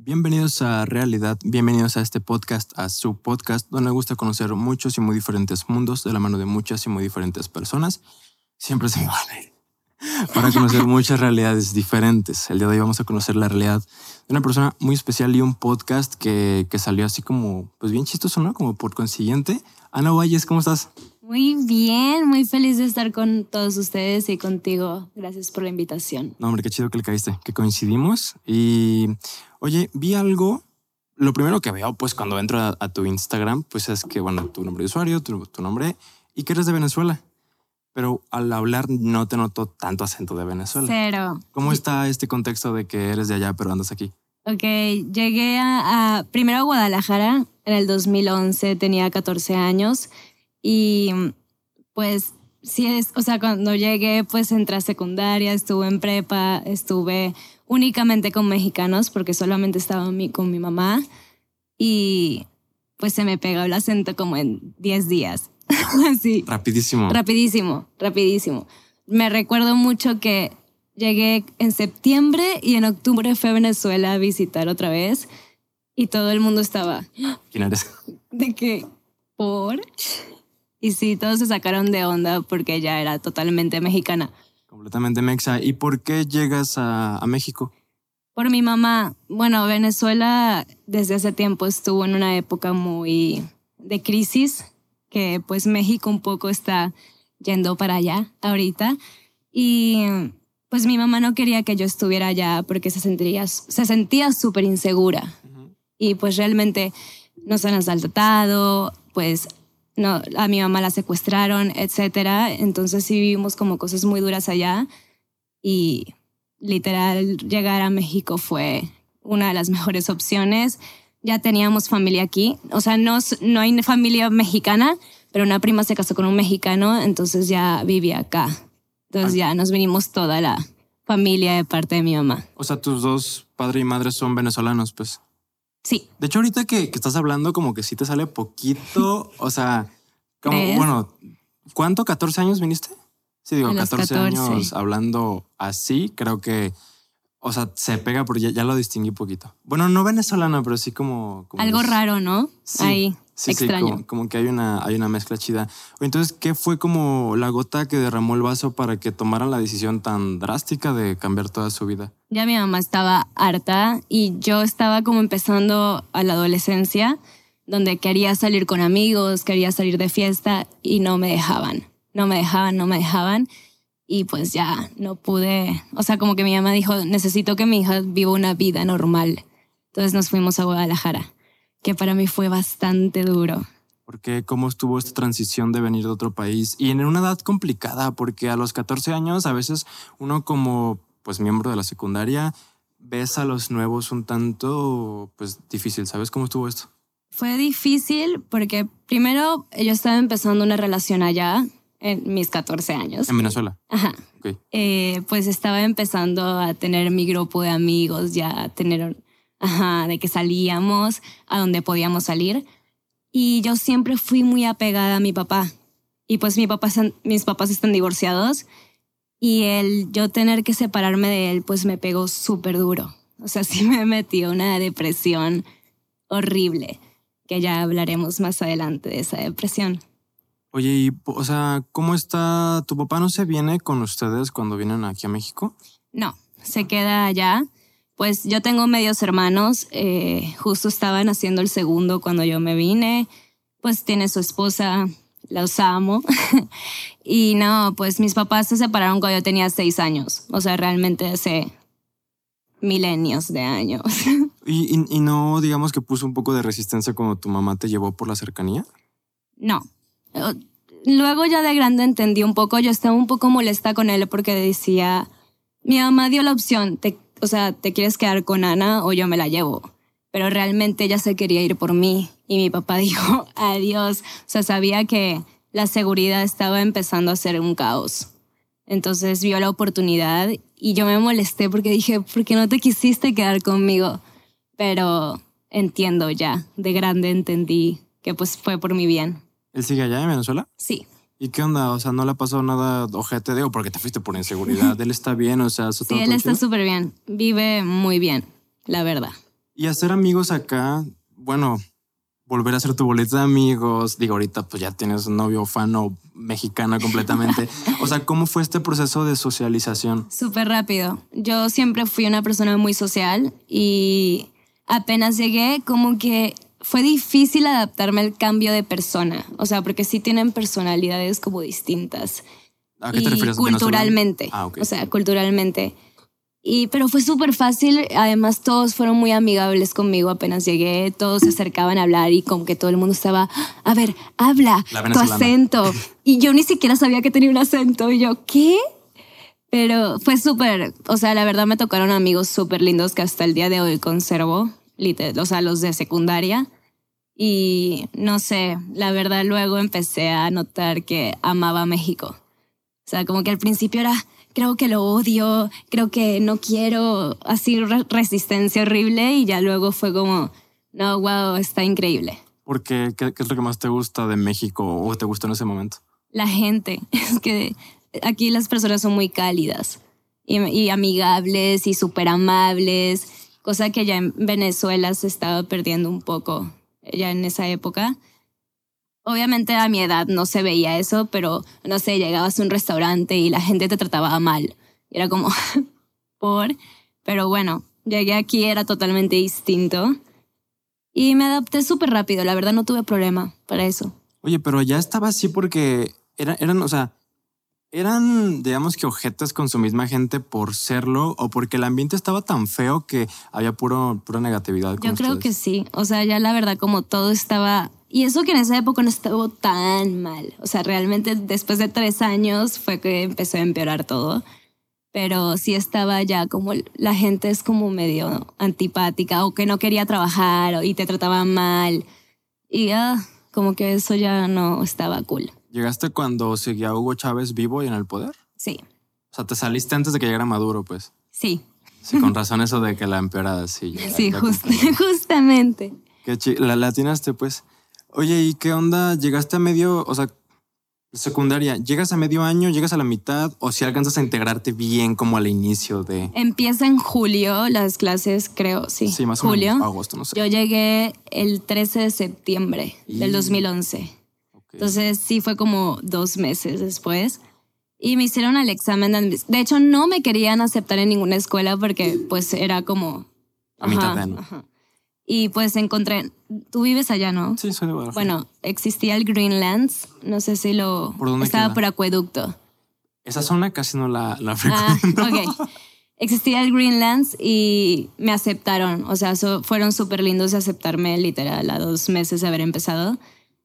Bienvenidos a Realidad, bienvenidos a este podcast, a su podcast, donde me gusta conocer muchos y muy diferentes mundos de la mano de muchas y muy diferentes personas. Siempre se me vale para conocer muchas realidades diferentes. El día de hoy vamos a conocer la realidad de una persona muy especial y un podcast que salió así como, pues bien chistoso, ¿no? Como por consiguiente. Ana Valles, ¿cómo estás? Muy bien, muy feliz de estar con todos ustedes y contigo. Gracias por la invitación. No, hombre, qué chido que le caíste, que coincidimos. Y, oye, vi algo. Lo primero que veo, pues, cuando entro a tu Instagram, pues es que, bueno, tu nombre de usuario, tu nombre y que eres de Venezuela. Pero al hablar no te noto tanto acento de Venezuela. Cero. ¿Cómo está este contexto de que eres de allá, pero andas aquí? Ok, llegué primero a Guadalajara en el 2011, tenía 14 años. Y pues cuando llegué pues entré a secundaria, estuve en prepa, estuve únicamente con mexicanos porque solamente estaba con mi mamá y pues se me pegó el acento como en 10 días. Así. Rapidísimo. Rapidísimo. Me recuerdo mucho que llegué en septiembre y en octubre fui a Venezuela a visitar otra vez y todo el mundo estaba... ¿Quién eres? ¿De qué? ¿Por...? Y sí, todos se sacaron de onda porque ya era totalmente mexicana. Completamente mexa. ¿Y por qué llegas a México? Por mi mamá. Bueno, Venezuela desde hace tiempo estuvo en una época muy de crisis, que pues México un poco está yendo para allá ahorita. Y pues mi mamá no quería que yo estuviera allá porque se sentía súper insegura. Uh-huh. Y pues realmente nos han asaltado, pues... No, a mi mamá la secuestraron, etcétera. Entonces sí vivimos como cosas muy duras allá y literal llegar a México fue una de las mejores opciones. Ya teníamos familia aquí, o sea, no hay familia mexicana, pero una prima se casó con un mexicano, entonces ya vivía acá. Entonces ya nos vinimos toda la familia de parte de mi mamá. O sea, tus dos padre y madre son venezolanos, pues. Sí. De hecho, ahorita que estás hablando, como que sí te sale poquito, o sea, como, bueno, ¿cuánto? ¿14 años viniste? Sí, digo, 14 años hablando así, creo que, o sea, se pega porque ya lo distinguí poquito. Bueno, no venezolano, pero sí como algo raro, ¿no? Sí, ahí, sí, extraño. Sí, como que hay una mezcla chida. Entonces, ¿qué fue como la gota que derramó el vaso para que tomaran la decisión tan drástica de cambiar toda su vida? Ya mi mamá estaba harta y yo estaba como empezando a la adolescencia, donde quería salir con amigos, quería salir de fiesta y no me dejaban. Y pues ya no pude, o sea, como que mi mamá dijo, necesito que mi hija viva una vida normal. Entonces nos fuimos a Guadalajara, que para mí fue bastante duro. Porque cómo estuvo esta transición de venir de otro país y en una edad complicada, porque a los 14 años a veces uno como pues miembro de la secundaria ves a los nuevos un tanto pues difícil. ¿Sabes cómo estuvo esto? Fue difícil porque primero yo estaba empezando una relación allá en mis 14 años. ¿En Venezuela? Ajá. Okay. Pues estaba empezando a tener mi grupo de amigos, ya a tener, de que salíamos a donde podíamos salir. Y yo siempre fui muy apegada a mi papá. Y pues mis papás están divorciados. Y yo tener que separarme de él, pues me pegó súper duro. O sea, sí me metió una depresión horrible, que ya hablaremos más adelante de esa depresión. Oye, y, o sea, ¿cómo está? ¿Tu papá no se viene con ustedes cuando vienen aquí a México? No, se queda allá. Pues yo tengo medios hermanos, justo estaban haciendo el segundo cuando yo me vine, pues tiene su esposa, los amo. Y no, pues mis papás se separaron cuando yo tenía 6 años, o sea, realmente hace milenios de años. ¿Y no, digamos que puso un poco de resistencia cuando tu mamá te llevó por la cercanía? No. Luego ya de grande entendí un poco, yo estaba un poco molesta con él porque decía, mi mamá dio la opción, ¿te quieres quedar con Ana o yo me la llevo? Pero realmente ella se quería ir por mí y mi papá dijo, adiós. O sea, sabía que la seguridad estaba empezando a ser un caos. Entonces vio la oportunidad y yo me molesté porque dije, ¿por qué no te quisiste quedar conmigo? Pero entiendo ya, de grande entendí que pues fue por mi bien. ¿Él sigue allá en Venezuela? Sí. ¿Y qué onda? O sea, ¿no le ha pasado nada ojete? Digo, porque te fuiste por inseguridad. Él está bien, o sea... Sí, él está súper bien. Vive muy bien, la verdad. Y hacer amigos acá, bueno, volver a hacer tu boleta de amigos. Digo, ahorita pues ya tienes un novio fan o mexicana completamente. O sea, ¿cómo fue este proceso de socialización? Súper rápido. Yo siempre fui una persona muy social y apenas llegué como que fue difícil adaptarme al cambio de persona. O sea, porque sí tienen personalidades como distintas. ¿A qué te refieres? Culturalmente. Ok. O sea, culturalmente. Pero fue súper fácil, además todos fueron muy amigables conmigo apenas llegué, todos se acercaban a hablar y como que todo el mundo estaba, a ver, habla, tu acento. Y yo ni siquiera sabía que tenía un acento y yo, ¿qué? Pero fue súper, o sea, la verdad me tocaron amigos súper lindos que hasta el día de hoy conservo, o sea, los de secundaria. Y no sé, la verdad luego empecé a notar que amaba México. O sea, como que al principio era, creo que lo odio, creo que no quiero, así resistencia horrible y ya luego fue como, no, wow, está increíble. ¿Por qué? ¿Qué es lo que más te gusta de México o te gustó en ese momento? La gente, es que aquí las personas son muy cálidas y amigables y súper amables, cosa que ya en Venezuela se estaba perdiendo un poco ya en esa época. Obviamente a mi edad no se veía eso, pero no sé, llegabas a un restaurante y la gente te trataba mal. Y era como, Pero bueno, llegué aquí, era totalmente distinto. Y me adapté súper rápido, la verdad no tuve problema para eso. Oye, pero ya estaba así porque eran, o sea, eran, digamos que ojetes con su misma gente por serlo o porque el ambiente estaba tan feo que había pura negatividad con Yo creo ustedes. que sí, o sea, ya la verdad como todo estaba... Y eso que en esa época no estuvo tan mal. O sea, realmente después de 3 años fue que empezó a empeorar todo. Pero sí estaba ya como la gente es como medio antipática o que no quería trabajar y te trataba mal. Y como que eso ya no estaba cool. ¿Llegaste cuando seguía Hugo Chávez vivo y en el poder? Sí. O sea, te saliste antes de que llegara Maduro, pues. Sí. Sí, con razón eso de que la empeorada, sí. Sí, justamente. La atinaste, pues. Oye, ¿y qué onda? ¿Llegaste a medio, o sea, secundaria? ¿Llegas a medio año? ¿Llegas a la mitad? ¿O si alcanzas a integrarte bien como al inicio de...? Empieza en julio las clases, creo, sí. Sí, más julio. o menos, agosto, no sé. Yo llegué el 13 de septiembre del 2011. Okay. Entonces sí fue como 2 meses después. Y me hicieron el examen. De hecho, no me querían aceptar en ninguna escuela porque pues era como... A mitad de año. Ajá. Y pues encontré... Tú vives allá, ¿no? Sí, soy de Guadalajara. Bueno, existía el Greenlands. No sé si lo... ¿Por dónde estaba queda? por Acueducto. Esa zona casi no la frecuento. Ok. Existía el Greenlands y me aceptaron. O sea, fueron súper lindos de aceptarme literal a 2 meses de haber empezado.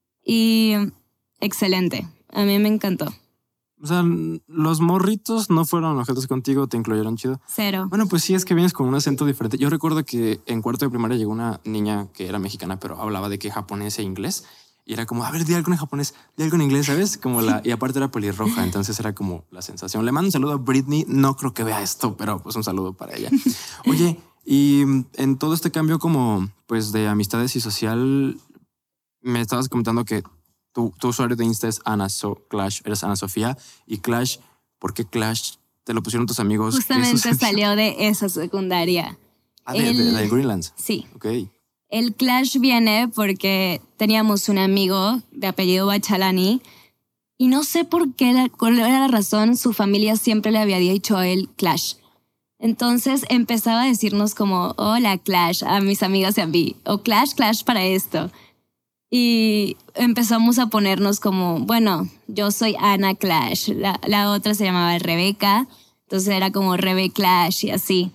Y excelente. A mí me encantó. O sea, los morritos no fueron ojetes contigo, te incluyeron chido. Cero. Bueno, pues sí, es que vienes con un acento diferente. Yo recuerdo que en cuarto de primaria llegó una niña que era mexicana, pero hablaba de que japonés e inglés. Y era como, a ver, di algo en japonés, di algo en inglés, ¿sabes? Como y aparte era pelirroja, entonces era como la sensación. Le mando un saludo a Britney, no creo que vea esto, pero pues un saludo para ella. Oye, y en todo este cambio como pues de amistades y social, me estabas comentando que tu usuario de Insta es Clash, eres Ana Sofía. Y Clash, ¿por qué Clash? ¿Te lo pusieron tus amigos? Justamente salió de esa secundaria. De Greenlands. Sí. Ok. El Clash viene porque teníamos un amigo de apellido Bachalani y no sé por qué, cuál era la razón, su familia siempre le había dicho a él Clash. Entonces empezaba a decirnos como, hola Clash, a mis amigas y a mí, o Clash para esto. Y empezamos a ponernos como, bueno, yo soy Ana Clash, la otra se llamaba Rebeca, entonces era como Rebe Clash y así.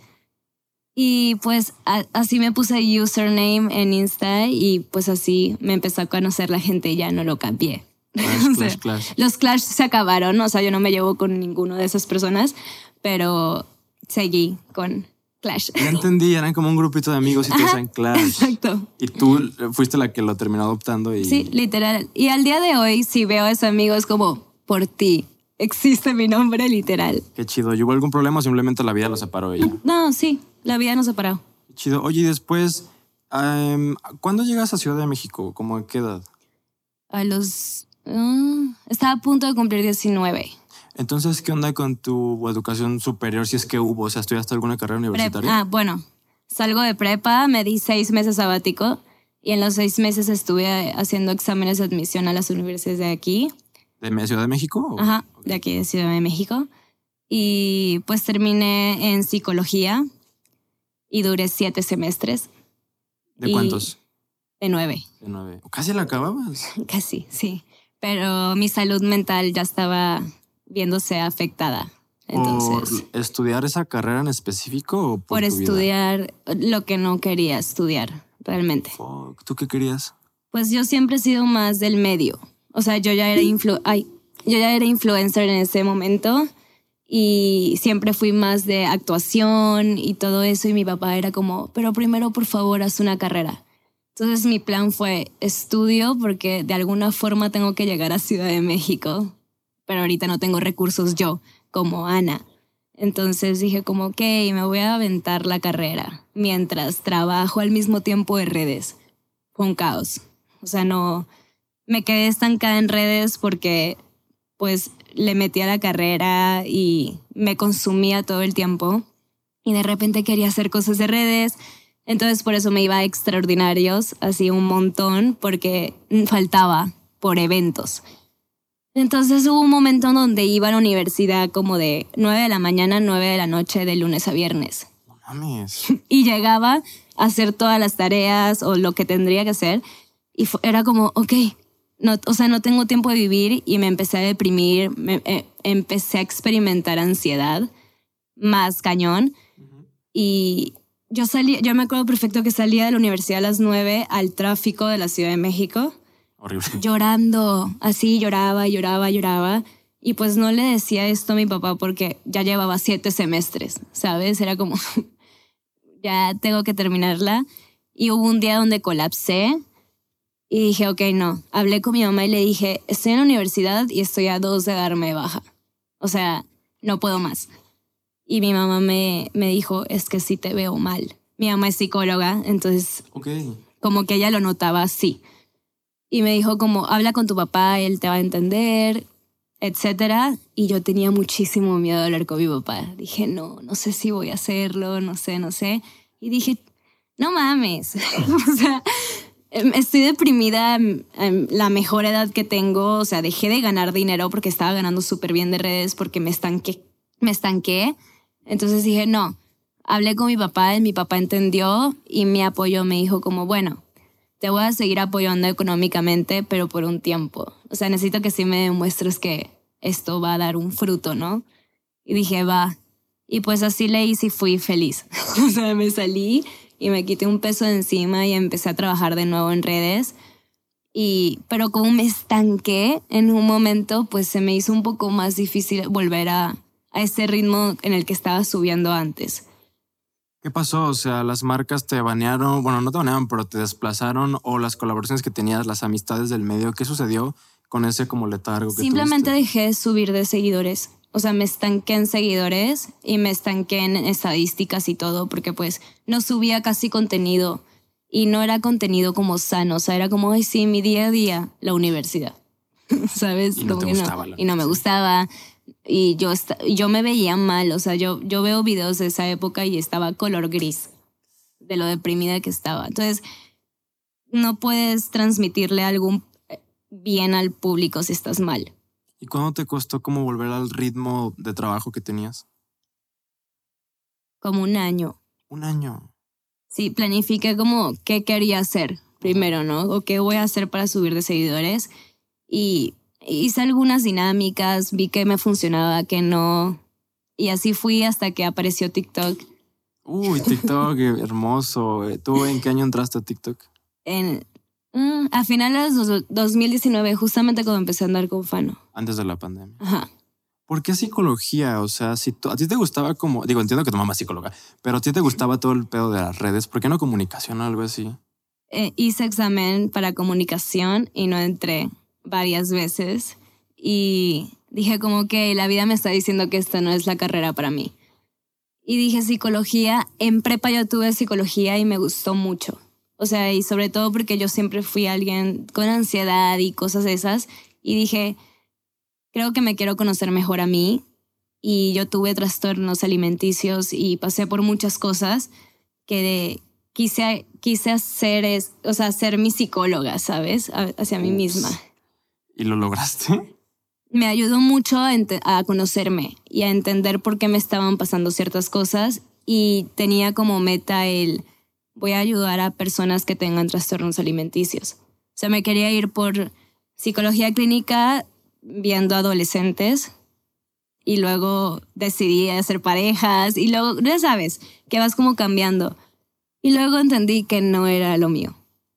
Y pues así me puse Username en Insta y pues así me empezó a conocer la gente y ya no lo cambié. Clash. Los Clash se acabaron, o sea, yo no me llevo con ninguno de esas personas, pero seguí con Clash. Ya entendí, eran como un grupito de amigos y todos eran Clash. Exacto. Y tú fuiste la que lo terminó adoptando. Sí, literal. Y al día de hoy, si veo a ese amigo, es como, por ti. Existe mi nombre, literal. Qué chido. ¿Hubo algún problema o simplemente la vida lo separó ella? No, sí, la vida nos separó. Qué chido. Oye, y después, ¿cuándo llegas a Ciudad de México? ¿Cómo a qué edad? A los... estaba a punto de cumplir 19. Entonces, ¿qué onda con tu educación superior si es que hubo? O sea, ¿estudiaste alguna carrera universitaria? Bueno, salgo de prepa, me di 6 meses sabático y en los 6 meses estuve haciendo exámenes de admisión a las universidades de aquí. ¿De Ciudad de México? Ajá, de aquí de Ciudad de México. Y pues terminé en psicología y duré 7 semestres. ¿De cuántos? De 9. De 9. ¿Casi la acababas? Casi, sí. Pero mi salud mental ya estaba viéndose afectada. Entonces, ¿Por estudiar esa carrera en específico o por tu estudiar lo que no quería estudiar realmente? Fuck. ¿Tú qué querías? Pues yo siempre he sido más del medio. O sea, yo ya era influencer en ese momento y siempre fui más de actuación y todo eso. Y mi papá era como, pero primero, por favor, haz una carrera. Entonces mi plan fue estudio porque de alguna forma tengo que llegar a Ciudad de México. Pero ahorita no tengo recursos yo, como Ana. Entonces dije como, ok, me voy a aventar la carrera mientras trabajo al mismo tiempo de redes. Fue un caos. O sea, no... Me quedé estancada en redes porque pues le metí a la carrera y me consumía todo el tiempo. Y de repente quería hacer cosas de redes. Entonces por eso me iba a extraordinarios, así un montón, porque faltaba por eventos. Entonces hubo un momento donde iba a la universidad como de 9 de la mañana a 9 de la noche de lunes a viernes. No mames. Y llegaba a hacer todas las tareas o lo que tendría que hacer y era como, ok, no tengo tiempo de vivir y me empecé a deprimir, empecé a experimentar ansiedad más cañón. Y yo me acuerdo perfecto que salía de la universidad a las 9 al tráfico de la Ciudad de México. Horrible. Llorando, así lloraba. Y pues no le decía esto a mi papá porque ya llevaba 7 semestres, ¿sabes? Era como, ya tengo que terminarla. Y hubo un día donde colapsé y dije, ok, no. Hablé con mi mamá y le dije, estoy en la universidad y estoy a 2 de darme de baja. O sea, no puedo más. Y mi mamá me dijo, es que sí te veo mal. Mi mamá es psicóloga, entonces como que ella lo notaba así. Y me dijo como, habla con tu papá, él te va a entender, etcétera. Y yo tenía muchísimo miedo de hablar con mi papá. Dije, no sé si voy a hacerlo, no sé. Y dije, no mames. O sea, estoy deprimida en la mejor edad que tengo. O sea, dejé de ganar dinero porque estaba ganando súper bien de redes porque me estanqué. Entonces dije, no. Hablé con mi papá y mi papá entendió y me apoyó. Me dijo como, bueno, te voy a seguir apoyando económicamente, pero por un tiempo. O sea, necesito que sí me demuestres que esto va a dar un fruto, ¿no? Y dije, va. Y pues así le hice y fui feliz. O sea, me salí y me quité un peso de encima y empecé a trabajar de nuevo en redes. Pero como me estanqué en un momento, pues se me hizo un poco más difícil volver a ese ritmo en el que estaba subiendo antes. ¿Qué pasó? O sea, las marcas te banearon, bueno, no te banearon, pero te desplazaron, o las colaboraciones que tenías, las amistades del medio. ¿Qué sucedió con ese como letargo que Simplemente tuviste? dejé de subir de seguidores. O sea, me estanqué en seguidores y me estanqué en estadísticas y todo, porque pues no subía casi contenido y no era contenido como sano. O sea, era como, ay, sí, mi día a día, la universidad. ¿Sabes? Y no como te que gustaba la y no me gustaba. Y yo me veía mal, o sea, yo veo videos de esa época y estaba color gris de lo deprimida que estaba. Entonces, no puedes transmitirle algún bien al público si estás mal. ¿Y cuándo te costó como volver al ritmo de trabajo que tenías? Como un año. Un año. Sí, planifiqué como qué quería hacer primero, ¿no? O qué voy a hacer para subir de seguidores. Y hice algunas dinámicas, vi que me funcionaba, que no. Y así fui hasta que apareció TikTok. Uy, TikTok, hermoso. ¿Tú en qué año entraste a TikTok? A finales de 2019, justamente cuando empecé a andar con Fano. Antes de la pandemia. Ajá. ¿Por qué psicología? O sea, si a ti te gustaba como... Digo, entiendo que tu mamá es psicóloga, pero a ti te gustaba todo el pedo de las redes. ¿Por qué no comunicación o algo así? Hice examen para comunicación y no entré varias veces. Y dije como que la vida me está diciendo que esta no es la carrera para mí. Y dije psicología. En prepa yo tuve psicología y me gustó mucho. O sea, y sobre todo porque yo siempre fui alguien con ansiedad y cosas esas. Y dije, creo que me quiero conocer mejor a mí. Y yo tuve trastornos alimenticios y pasé por muchas cosas. que quise ser mi psicóloga, ¿sabes? Hacia mí misma. ¿Y lo lograste? Me ayudó mucho a conocerme y a entender por qué me estaban pasando ciertas cosas, y tenía como meta voy a ayudar a personas que tengan trastornos alimenticios. O sea, me quería ir por psicología clínica viendo adolescentes, y luego decidí hacer parejas, y luego, ya sabes, que vas como cambiando. Y luego entendí que no era lo mío.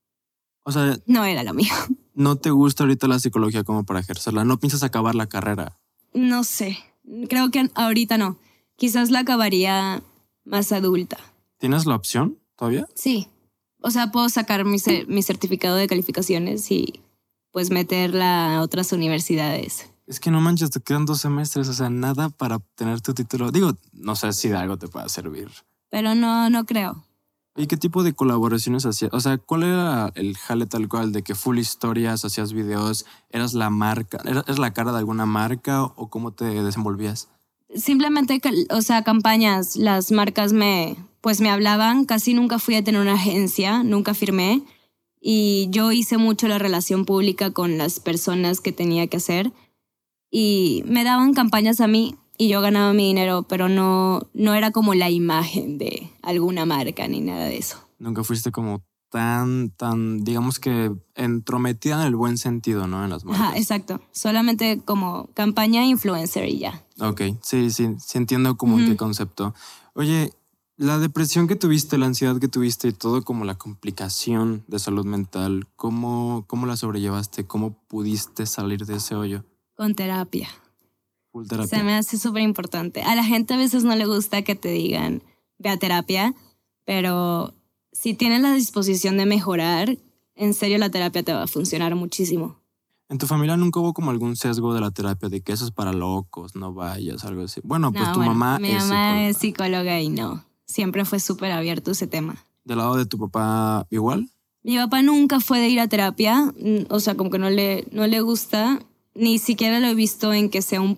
O sea, no era lo mío. ¿No te gusta ahorita la psicología como para ejercerla? ¿No piensas acabar la carrera? No sé. Creo que ahorita no. Quizás la acabaría más adulta. ¿Tienes la opción todavía? Sí. O sea, puedo sacar mi certificado de calificaciones y pues meterla a otras universidades. Es que no manches, te quedan 2 semestres, o sea, nada para obtener tu título. Digo, no sé si de algo te pueda servir. Pero no creo. ¿Y qué tipo de colaboraciones hacías? O sea, ¿cuál era el jale tal cual? ¿De que full historias, hacías videos, eras la marca, eras la cara de alguna marca o cómo te desenvolvías? Simplemente, campañas. Las marcas me hablaban. Casi nunca fui a tener una agencia, nunca firmé. Y yo hice mucho la relación pública con las personas que tenía que hacer. Y me daban campañas a mí y yo ganaba mi dinero, pero no era como la imagen de alguna marca ni nada de eso. Nunca fuiste como tan, digamos que entrometida en el buen sentido, ¿no? En las marcas. Ajá, exacto. Solamente como campaña influencer y ya. Ok, sí, entiendo como qué concepto. Oye, la depresión que tuviste, la ansiedad que tuviste y todo como la complicación de salud mental, ¿cómo la sobrellevaste? ¿Cómo pudiste salir de ese hoyo? Con terapia. Full terapia. Se me hace súper importante. A la gente a veces no le gusta que te digan, ve a terapia, pero si tienes la disposición de mejorar, en serio la terapia te va a funcionar muchísimo. ¿En tu familia nunca hubo como algún sesgo de la terapia, de que eso es para locos, no vayas, algo así? Bueno, pues mamá mi mamá es psicóloga y no. Siempre fue súper abierto ese tema. ¿Del lado de tu papá igual? Mi papá nunca fue de ir a terapia. O sea, como que no le gusta. Ni siquiera lo he visto en que sea un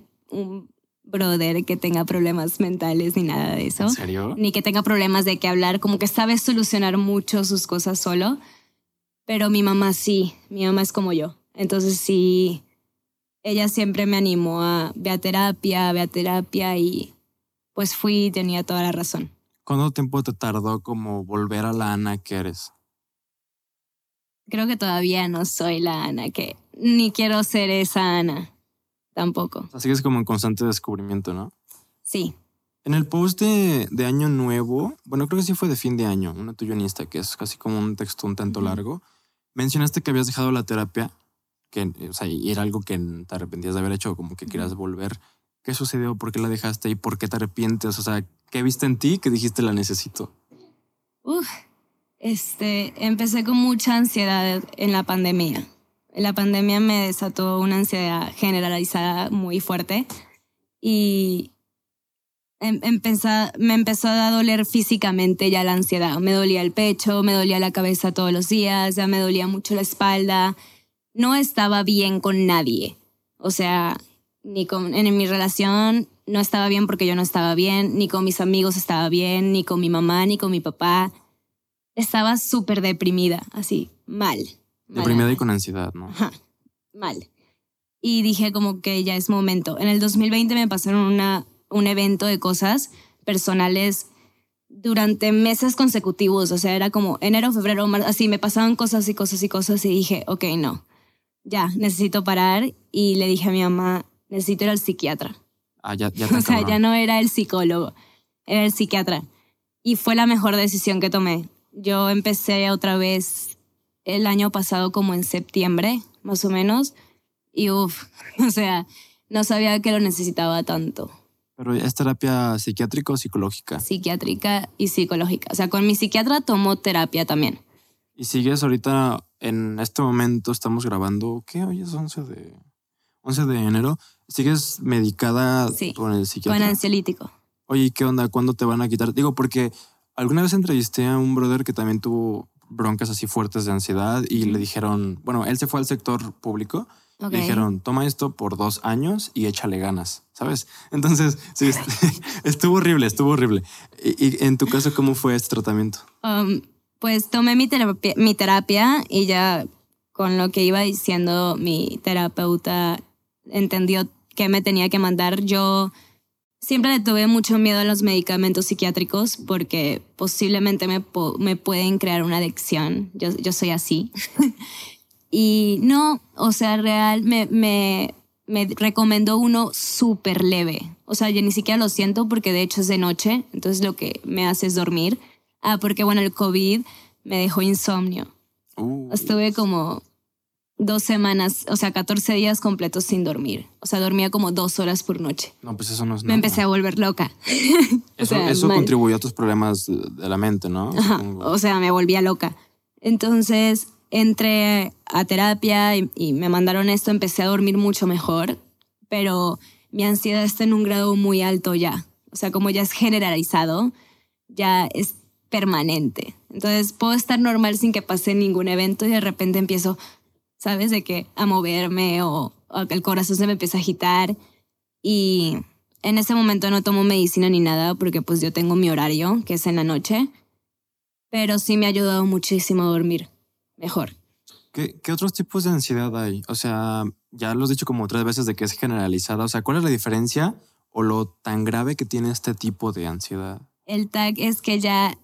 brother que tenga problemas mentales ni nada de eso. ¿En serio? Ni que tenga problemas de qué hablar. Como que sabe solucionar mucho sus cosas solo. Pero mi mamá sí. Mi mamá es como yo. Entonces sí, ella siempre me animó a ve a terapia y pues fui y tenía toda la razón. ¿Cuánto tiempo te tardó como volver a la Ana que eres? Creo que todavía no soy la Ana que... Ni quiero ser esa Ana tampoco. Así que es como en constante descubrimiento, ¿no? Sí. En el post de Año Nuevo, bueno, creo que sí fue de fin de año, una tuya en Insta, que es casi como un texto un tanto largo, mencionaste que habías dejado la terapia, que, o sea, y era algo que te arrepentías de haber hecho, como que querías volver. ¿Qué sucedió? ¿Por qué la dejaste? ¿Y por qué te arrepientes? O sea, ¿qué viste en ti que dijiste la necesito? Empecé con mucha ansiedad en la pandemia. La pandemia me desató una ansiedad generalizada muy fuerte y me empezó a doler físicamente ya la ansiedad. Me dolía el pecho, me dolía la cabeza todos los días, ya me dolía mucho la espalda. No estaba bien con nadie. O sea, en mi relación no estaba bien porque yo no estaba bien, ni con mis amigos estaba bien, ni con mi mamá, ni con mi papá. Estaba súper deprimida, así, mal. Deprimida y con ansiedad, ¿no? Ajá, mal. Y dije como que ya es momento. En el 2020 me pasaron un evento de cosas personales durante meses consecutivos. O sea, era como enero, febrero, marzo, así me pasaban cosas y cosas y cosas y dije, ok, no, ya, necesito parar. Y le dije a mi mamá, necesito ir al psiquiatra. Ya o sea, ya no era el psicólogo, era el psiquiatra. Y fue la mejor decisión que tomé. Yo empecé otra vez el año pasado como en septiembre, más o menos. Y o sea, no sabía que lo necesitaba tanto. ¿Pero es terapia psiquiátrica o psicológica? Psiquiátrica y psicológica. O sea, con mi psiquiatra tomo terapia también. ¿Y sigues ahorita, en este momento estamos grabando, ¿qué? Hoy es 11 de enero. ¿Sigues medicada con el psiquiatra? Con ansiolítico. Oye, ¿qué onda? ¿Cuándo te van a quitar? Digo, porque alguna vez entrevisté a un brother que también tuvo broncas así fuertes de ansiedad y le dijeron, bueno, él se fue al sector público Ok. Le dijeron, toma esto por 2 años y échale ganas, ¿sabes? Entonces, sí, estuvo horrible. Y en tu caso, ¿cómo fue este tratamiento? Pues tomé mi terapia y ya con lo que iba diciendo mi terapeuta entendió que me tenía que mandar. Yo siempre le tuve mucho miedo a los medicamentos psiquiátricos porque posiblemente me pueden crear una adicción. Yo soy así. Y no, o sea, real, me recomendó uno súper leve. O sea, yo ni siquiera lo siento porque de hecho es de noche, entonces lo que me hace es dormir. Porque bueno, el COVID me dejó insomnio. Estuve como 2 semanas, o sea, 14 días completos sin dormir. O sea, dormía como 2 horas por noche. No, pues eso no es nada. Me empecé a volver loca. Eso contribuyó a tus problemas de la mente, ¿no? Ajá, o sea, me volvía loca. Entonces entré a terapia y me mandaron esto, empecé a dormir mucho mejor, pero mi ansiedad está en un grado muy alto ya. O sea, como ya es generalizado, ya es permanente. Entonces puedo estar normal sin que pase ningún evento y de repente empiezo, ¿sabes? De que a moverme o el corazón se me empieza a agitar. Y en ese momento no tomo medicina ni nada porque pues yo tengo mi horario, que es en la noche, pero sí me ha ayudado muchísimo a dormir mejor. ¿Qué otros tipos de ansiedad hay? O sea, ya lo has dicho como 3 veces de que es generalizada. O sea, ¿cuál es la diferencia o lo tan grave que tiene este tipo de ansiedad? El TAC es que ya...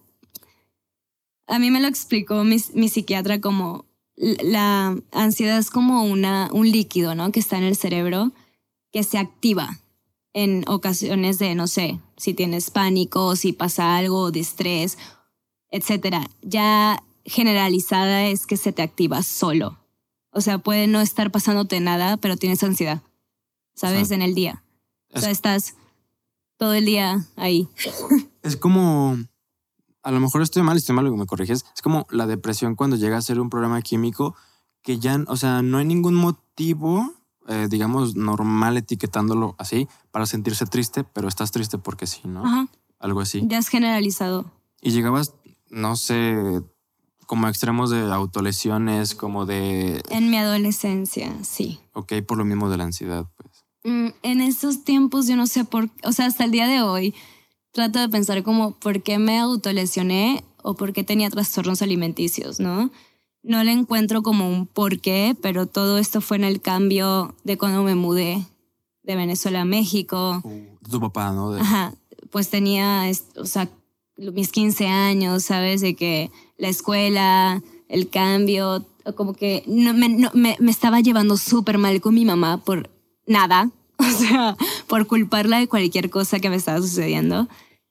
A mí me lo explicó mi psiquiatra como... La ansiedad es como un líquido, ¿no? Que está en el cerebro que se activa en ocasiones de, no sé, si tienes pánico, si pasa algo de estrés, etcétera. Ya generalizada es que se te activa solo. O sea, puede no estar pasándote nada, pero tienes ansiedad, ¿sabes? En el día. O sea, estás todo el día ahí. Es como... A lo mejor estoy mal, me corriges. Es como la depresión cuando llega a ser un problema químico que ya, o sea, no hay ningún motivo, digamos, normal etiquetándolo así para sentirse triste, pero estás triste porque sí, ¿no? Ajá. Algo así. Ya es generalizado. Y llegabas, no sé, como a extremos de autolesiones, como de... En mi adolescencia, sí. Ok, por lo mismo de la ansiedad, pues. En esos tiempos yo no sé o sea, hasta el día de hoy trato de pensar como por qué me autolesioné o por qué tenía trastornos alimenticios, ¿no? No le encuentro como un por qué, pero todo esto fue en el cambio de cuando me mudé de Venezuela a México. Tu papá, ¿no? Ajá, pues tenía, o sea, mis 15 años, ¿sabes? De que la escuela, el cambio, como que me estaba llevando súper mal con mi mamá por nada. O sea, por culparla de cualquier cosa que me estaba sucediendo.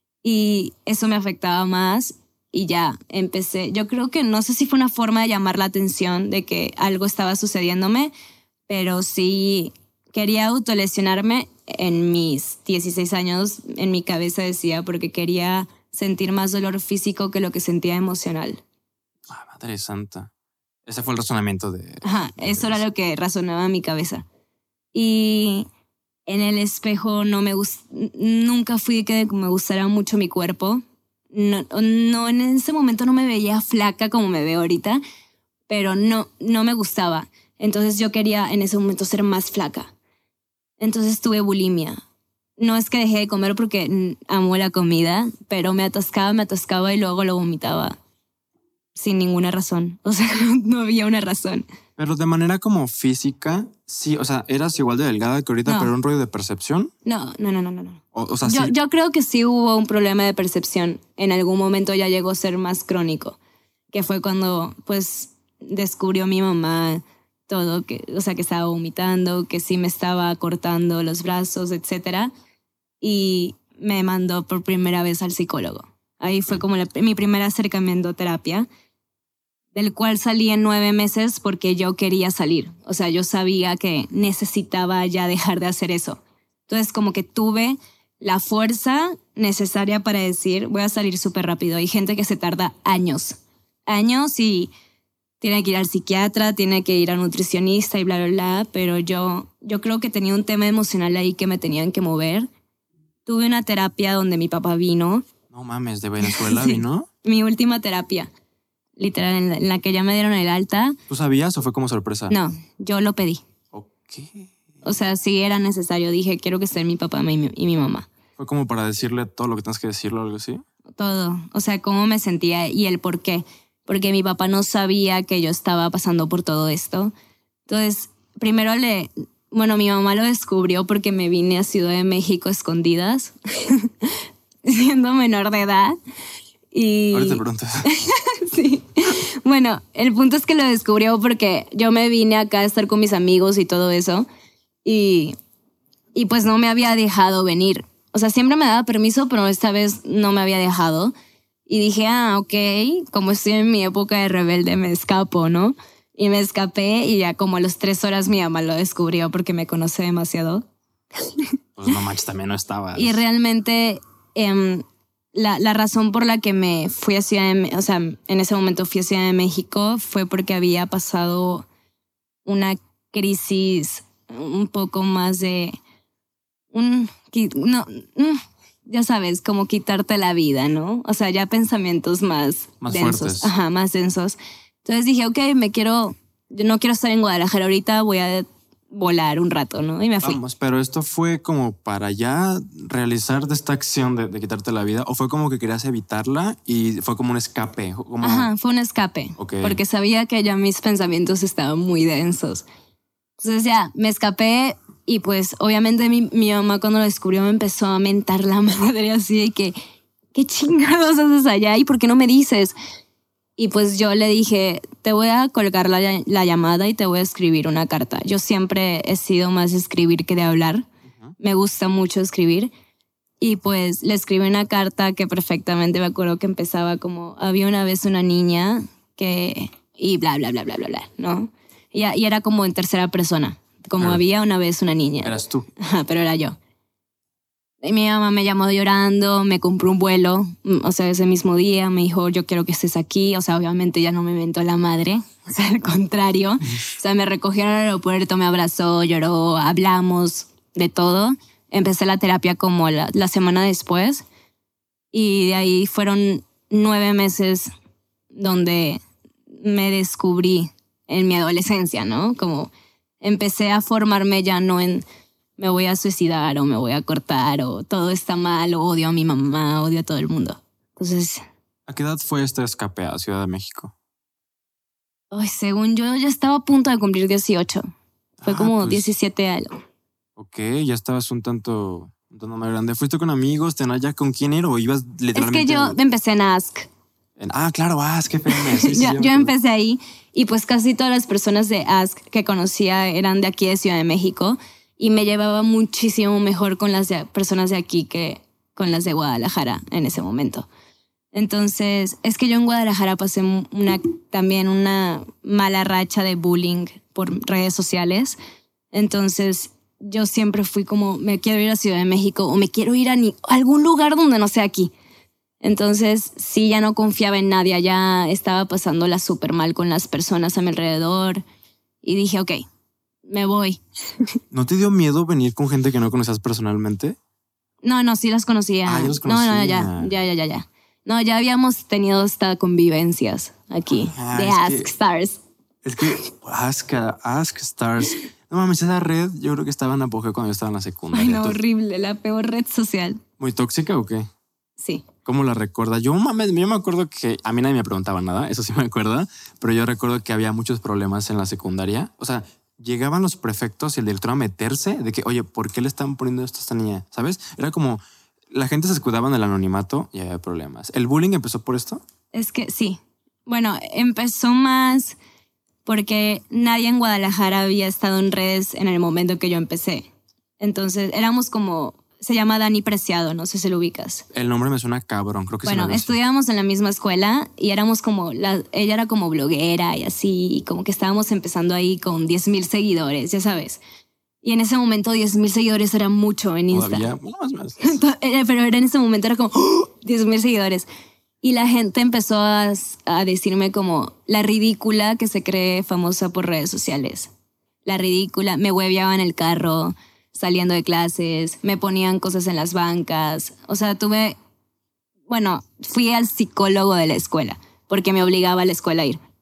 Y eso me afectaba más y ya empecé. Yo creo que no sé si fue una forma de llamar la atención de que algo estaba sucediéndome, pero sí quería autolesionarme en mis 16 años. En mi cabeza decía porque quería sentir más dolor físico que lo que sentía emocional. Ah, madre santa. Ese fue el razonamiento de... Ajá, eso era lo que razonaba en mi cabeza. Y... en el espejo nunca fui que me gustara mucho mi cuerpo. No, en ese momento no me veía flaca como me veo ahorita, pero no me gustaba. Entonces yo quería en ese momento ser más flaca. Entonces tuve bulimia. No es que dejé de comer porque amo la comida, pero me atascaba y luego lo vomitaba sin ninguna razón. O sea, no había una razón. Pero de manera como física, sí, o sea, eras igual de delgada que ahorita, pero un rollo de percepción. No. O sea, Yo creo que sí hubo un problema de percepción. En algún momento ya llegó a ser más crónico, que fue cuando pues descubrió mi mamá todo, o sea, que estaba vomitando, que sí me estaba cortando los brazos, etcétera, y me mandó por primera vez al psicólogo. Ahí fue como mi primer acercamiento a terapia, del cual salí en 9 meses porque yo quería salir. O sea, yo sabía que necesitaba ya dejar de hacer eso. Entonces, como que tuve la fuerza necesaria para decir, voy a salir súper rápido. Hay gente que se tarda años y tiene que ir al psiquiatra, tiene que ir a nutricionista y bla, bla, bla. Pero yo creo que tenía un tema emocional ahí que me tenían que mover. Tuve una terapia donde mi papá vino. No mames, ¿de Venezuela Sí, vino? Mi última terapia. Literal, en la que ya me dieron el alta. ¿Tú sabías o fue como sorpresa? No, yo lo pedí. Ok. ¿Qué? O sea, sí era necesario. Dije, quiero que estén mi papá y mi mamá. ¿Fue como para decirle todo lo que tienes que decirle o algo así? Todo. O sea, cómo me sentía y el por qué. Porque mi papá no sabía que yo estaba pasando por todo esto. Entonces, primero mi mamá lo descubrió porque me vine a Ciudad de México a escondidas, siendo menor de edad. Y... Ahorita te pregunto. Sí. Bueno, el punto es que lo descubrió porque yo me vine acá a estar con mis amigos y todo eso. Y pues no me había dejado venir. O sea, siempre me daba permiso, pero esta vez no me había dejado. Y dije, ok, como estoy en mi época de rebelde, me escapo, ¿no? Y me escapé y ya como a las 3 horas mi mamá lo descubrió porque me conoce demasiado. Pues no manches, también no estabas. Y realmente la razón por la que me fui a o sea, en ese momento fui a Ciudad de México fue porque había pasado una crisis un poco más de... ya sabes, como quitarte la vida, ¿no? O sea, ya pensamientos más densos. Fuertes. Ajá, más densos. Entonces dije, ok, yo no quiero estar en Guadalajara ahorita, voy a volar un rato, ¿no? Y me fui. Vamos, pero esto fue como para ya realizar esta acción de quitarte la vida, o fue como que querías evitarla y fue como un escape. Como... Ajá, fue un escape. Okay. Porque sabía que ya mis pensamientos estaban muy densos. Entonces ya, me escapé y pues obviamente mi mamá cuando lo descubrió me empezó a mentar la madre así de que, ¿qué chingados haces allá? ¿Y por qué no me dices? Y pues yo le dije, te voy a colgar la llamada y te voy a escribir una carta. Yo siempre he sido más de escribir que de hablar. Me gusta mucho escribir. Y pues le escribí una carta que perfectamente me acuerdo que empezaba como, había una vez una niña que... y bla, bla, bla, bla, bla, bla, ¿no? Y era como en tercera persona. Como había una vez una niña. Eras tú. Ajá, pero era yo. Y mi mamá me llamó llorando, me compró un vuelo, o sea, ese mismo día me dijo, yo quiero que estés aquí, o sea, obviamente ya no me inventó la madre, o sea, al contrario, o sea, me recogieron al aeropuerto, me abrazó, lloró, hablamos de todo, empecé la terapia como la semana después y de ahí fueron 9 meses donde me descubrí en mi adolescencia, ¿no? Como empecé a formarme ya no en... me voy a suicidar o me voy a cortar o todo está mal o odio a mi mamá, odio a todo el mundo. Entonces... ¿A qué edad fue este escape a Ciudad de México? Ay, según yo ya estaba a punto de cumplir 18. Fue como pues, 17 algo. Ok, ya estabas un tanto más grande. ¿Fuiste con amigos? ¿Tenías ya con quién ir o ibas literalmente? Es que yo empecé en Ask. Claro, Ask, qué FM. Sí, yo empecé ahí y pues casi todas las personas de Ask que conocía eran de aquí de Ciudad de México. Y me llevaba muchísimo mejor con las personas de aquí que con las de Guadalajara en ese momento. Entonces, es que yo en Guadalajara pasé también una mala racha de bullying por redes sociales. Entonces, yo siempre fui como, me quiero ir a Ciudad de México o me quiero ir a algún lugar donde no sea aquí. Entonces, sí, ya no confiaba en nadie. Ya estaba pasándola súper mal con las personas a mi alrededor. Y dije, ok, me voy. ¿No te dio miedo venir con gente que no conocías personalmente? No, sí las conocía. Ya los conocía. No, ya. No, ya habíamos tenido hasta convivencias aquí de Ask Stars. Es que Ask Stars. No mames, esa red yo creo que estaba en apogeo cuando yo estaba en la secundaria. Ay, no, horrible, la peor red social. ¿Muy tóxica o qué? Sí. ¿Cómo la recuerdas? Yo me acuerdo que a mí nadie me preguntaba nada, eso sí me acuerdo, pero yo recuerdo que había muchos problemas en la secundaria. O sea, llegaban los prefectos y el director a meterse de que, oye, ¿por qué le están poniendo esto a esta niña? ¿Sabes? Era como, la gente se escudaba en el anonimato y había problemas. ¿El bullying empezó por esto? Es que sí. Bueno, empezó más porque nadie en Guadalajara había estado en redes en el momento que yo empecé. Entonces éramos como... Se llama Dani Preciado, no sé si lo ubicas. El nombre me suena cabrón, creo que sí. Bueno, estudiábamos en la misma escuela y éramos como, ella era como bloguera y así, y como que estábamos empezando ahí con 10,000 seguidores, ya sabes. Y en ese momento 10,000 seguidores era mucho en Insta. Todavía, más. Pero en ese momento era como 10,000 seguidores. Y la gente empezó a decirme como la ridícula que se cree famosa por redes sociales. La ridícula, me hueveaba en el carro saliendo de clases, me ponían cosas en las bancas. O sea, fui al psicólogo de la escuela porque me obligaba a la escuela a ir.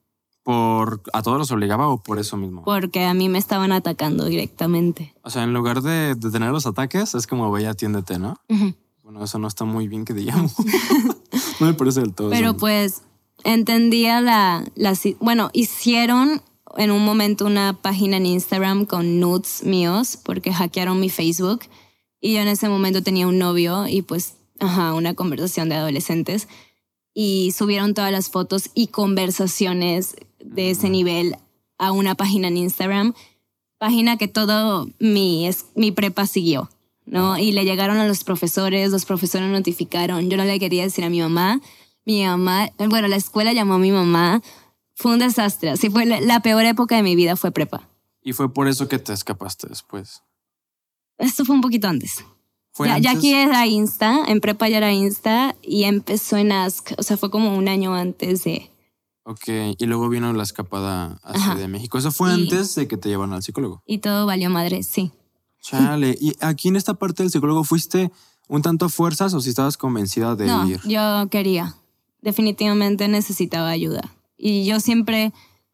¿A todos los obligaba o por eso mismo? Porque a mí me estaban atacando directamente. O sea, en lugar de tener los ataques, es como, ve, atiéndete, ¿no? Uh-huh. Bueno, eso no está muy bien que digamos. No me parece del todo. Pero pues entendía bueno, hicieron en un momento una página en Instagram con nudes míos porque hackearon mi Facebook y yo en ese momento tenía un novio y pues, una conversación de adolescentes y subieron todas las fotos y conversaciones de ese nivel a una página en Instagram, página que todo mi prepa siguió, ¿no? Y le llegaron a los profesores notificaron, yo no le quería decir a mi mamá, bueno, la escuela llamó a mi mamá, fue un desastre, así fue la peor época de mi vida fue prepa. ¿Y fue por eso que te escapaste después? Esto fue un poquito antes. Ya aquí era Insta, en prepa ya era Insta y empezó en Ask, o sea, fue como un año antes de... Ok, y luego vino la escapada hacia de México. Eso fue antes de que te llevaran al psicólogo. Y todo valió madre, sí. Chale, ¿y aquí en esta parte del psicólogo fuiste un tanto a fuerzas o si estabas convencida de ir? No, yo quería. Definitivamente necesitaba ayuda. Y yo siempre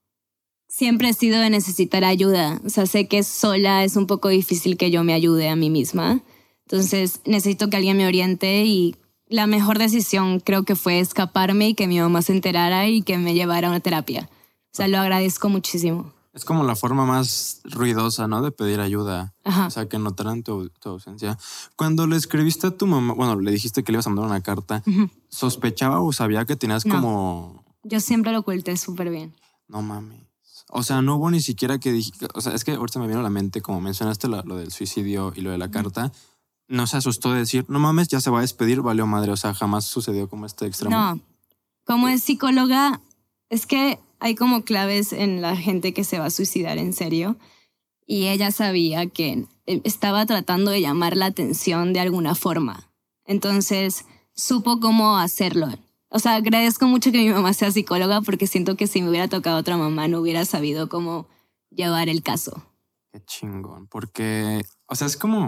he sido de necesitar ayuda. O sea, sé que sola es un poco difícil que yo me ayude a mí misma. Entonces necesito que alguien me oriente y la mejor decisión creo que fue escaparme y que mi mamá se enterara y que me llevara a una terapia. O sea, lo agradezco muchísimo. Es como la forma más ruidosa, ¿no? De pedir ayuda. Ajá. O sea, que notaran tu ausencia. Cuando le escribiste a tu mamá, bueno, le dijiste que le ibas a mandar una carta, ¿sospechaba o sabía que tenías como...? Yo siempre lo oculté súper bien. No mames. O sea, no hubo ni siquiera que dije... O sea, es que ahorita me vino a la mente, como mencionaste lo del suicidio y lo de la carta, no se asustó de decir, no mames, ya se va a despedir, valió madre. O sea, jamás sucedió como este extremo. No. Como es psicóloga, es que hay como claves en la gente que se va a suicidar en serio. Y ella sabía que estaba tratando de llamar la atención de alguna forma. Entonces, supo cómo hacerlo. O sea, agradezco mucho que mi mamá sea psicóloga porque siento que si me hubiera tocado otra mamá no hubiera sabido cómo llevar el caso. Qué chingón. Porque, o sea, es como...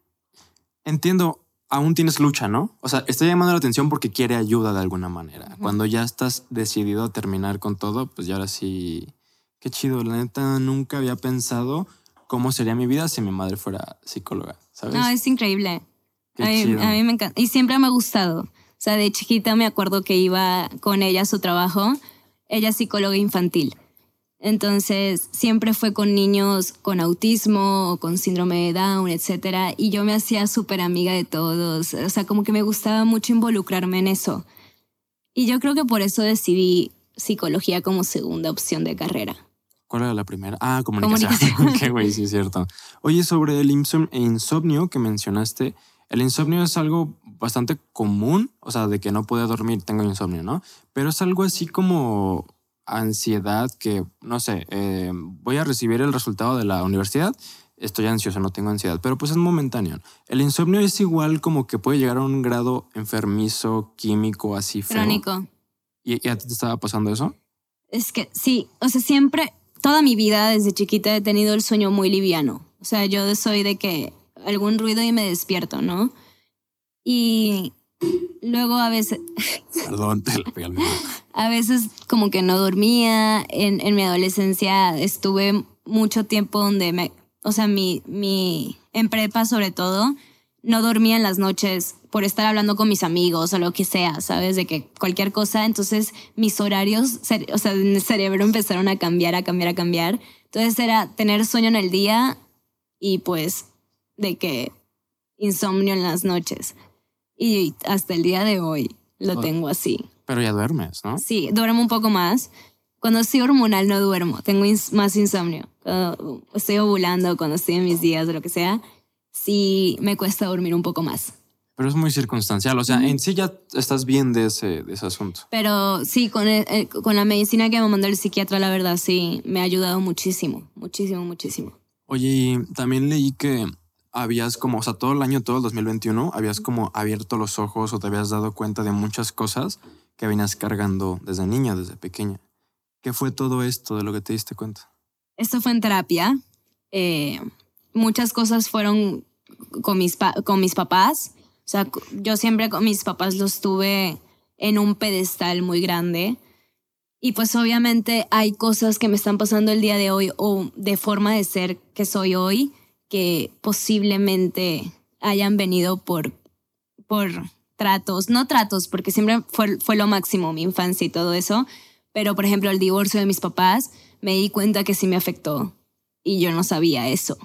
Entiendo, aún tienes lucha, ¿no? O sea, está llamando la atención porque quiere ayuda de alguna manera. Cuando ya estás decidido a terminar con todo, pues ya ahora sí... Qué chido, la neta nunca había pensado cómo sería mi vida si mi madre fuera psicóloga, ¿sabes? No, es increíble. Qué A chido. mí me encanta. Y siempre me ha gustado. O sea, de chiquita me acuerdo que iba con ella a su trabajo. Ella es psicóloga infantil. Entonces, siempre fue con niños con autismo o con síndrome de Down, etcétera. Y yo me hacía súper amiga de todos. O sea, como que me gustaba mucho involucrarme en eso. Y yo creo que por eso decidí psicología como segunda opción de carrera. ¿Cuál era la primera? Ah, comunicación. Qué güey, sí es cierto. Oye, sobre el insomnio que mencionaste, el insomnio es algo bastante común, o sea, de que no puedo dormir, tengo insomnio, ¿no? Pero es algo así como ansiedad que, no sé, voy a recibir el resultado de la universidad, estoy ansioso, no tengo ansiedad, pero pues es momentáneo. El insomnio es igual como que puede llegar a un grado enfermizo, químico, así feo. Crónico. ¿Y a ti te estaba pasando eso? Es que sí, o sea, siempre, toda mi vida desde chiquita he tenido el sueño muy liviano. O sea, yo soy de que algún ruido y me despierto, ¿no? Y luego a veces... Perdón, te la pegué al mismo. A veces como que no dormía. En mi adolescencia estuve mucho tiempo donde o sea, en prepa sobre todo, no dormía en las noches por estar hablando con mis amigos o lo que sea, ¿sabes? De que cualquier cosa. Entonces mis horarios, o sea, en el cerebro empezaron a cambiar. Entonces era tener sueño en el día y pues de que insomnio en las noches. Y hasta el día de hoy lo tengo así. Pero ya duermes, ¿no? Sí, duermo un poco más. Cuando estoy hormonal no duermo, tengo más insomnio. Cuando estoy ovulando, cuando estoy en mis días o lo que sea, sí me cuesta dormir un poco más. Pero es muy circunstancial, o sea, en sí ya estás bien de ese asunto. Pero sí, con la medicina que me mandó el psiquiatra, la verdad, sí, me ha ayudado muchísimo. Oye, y también leí que habías como, o sea, todo el 2021, habías como abierto los ojos o te habías dado cuenta de muchas cosas que venías cargando desde niña, desde pequeña. ¿Qué fue todo esto de lo que te diste cuenta? Esto fue en terapia. Muchas cosas fueron con mis papás. O sea, yo siempre con mis papás los tuve en un pedestal muy grande. Y pues obviamente hay cosas que me están pasando el día de hoy o de forma de ser que soy hoy que posiblemente hayan venido por tratos, no tratos, porque siempre fue lo máximo mi infancia y todo eso, pero por ejemplo el divorcio de mis papás me di cuenta que sí me afectó y yo no sabía eso.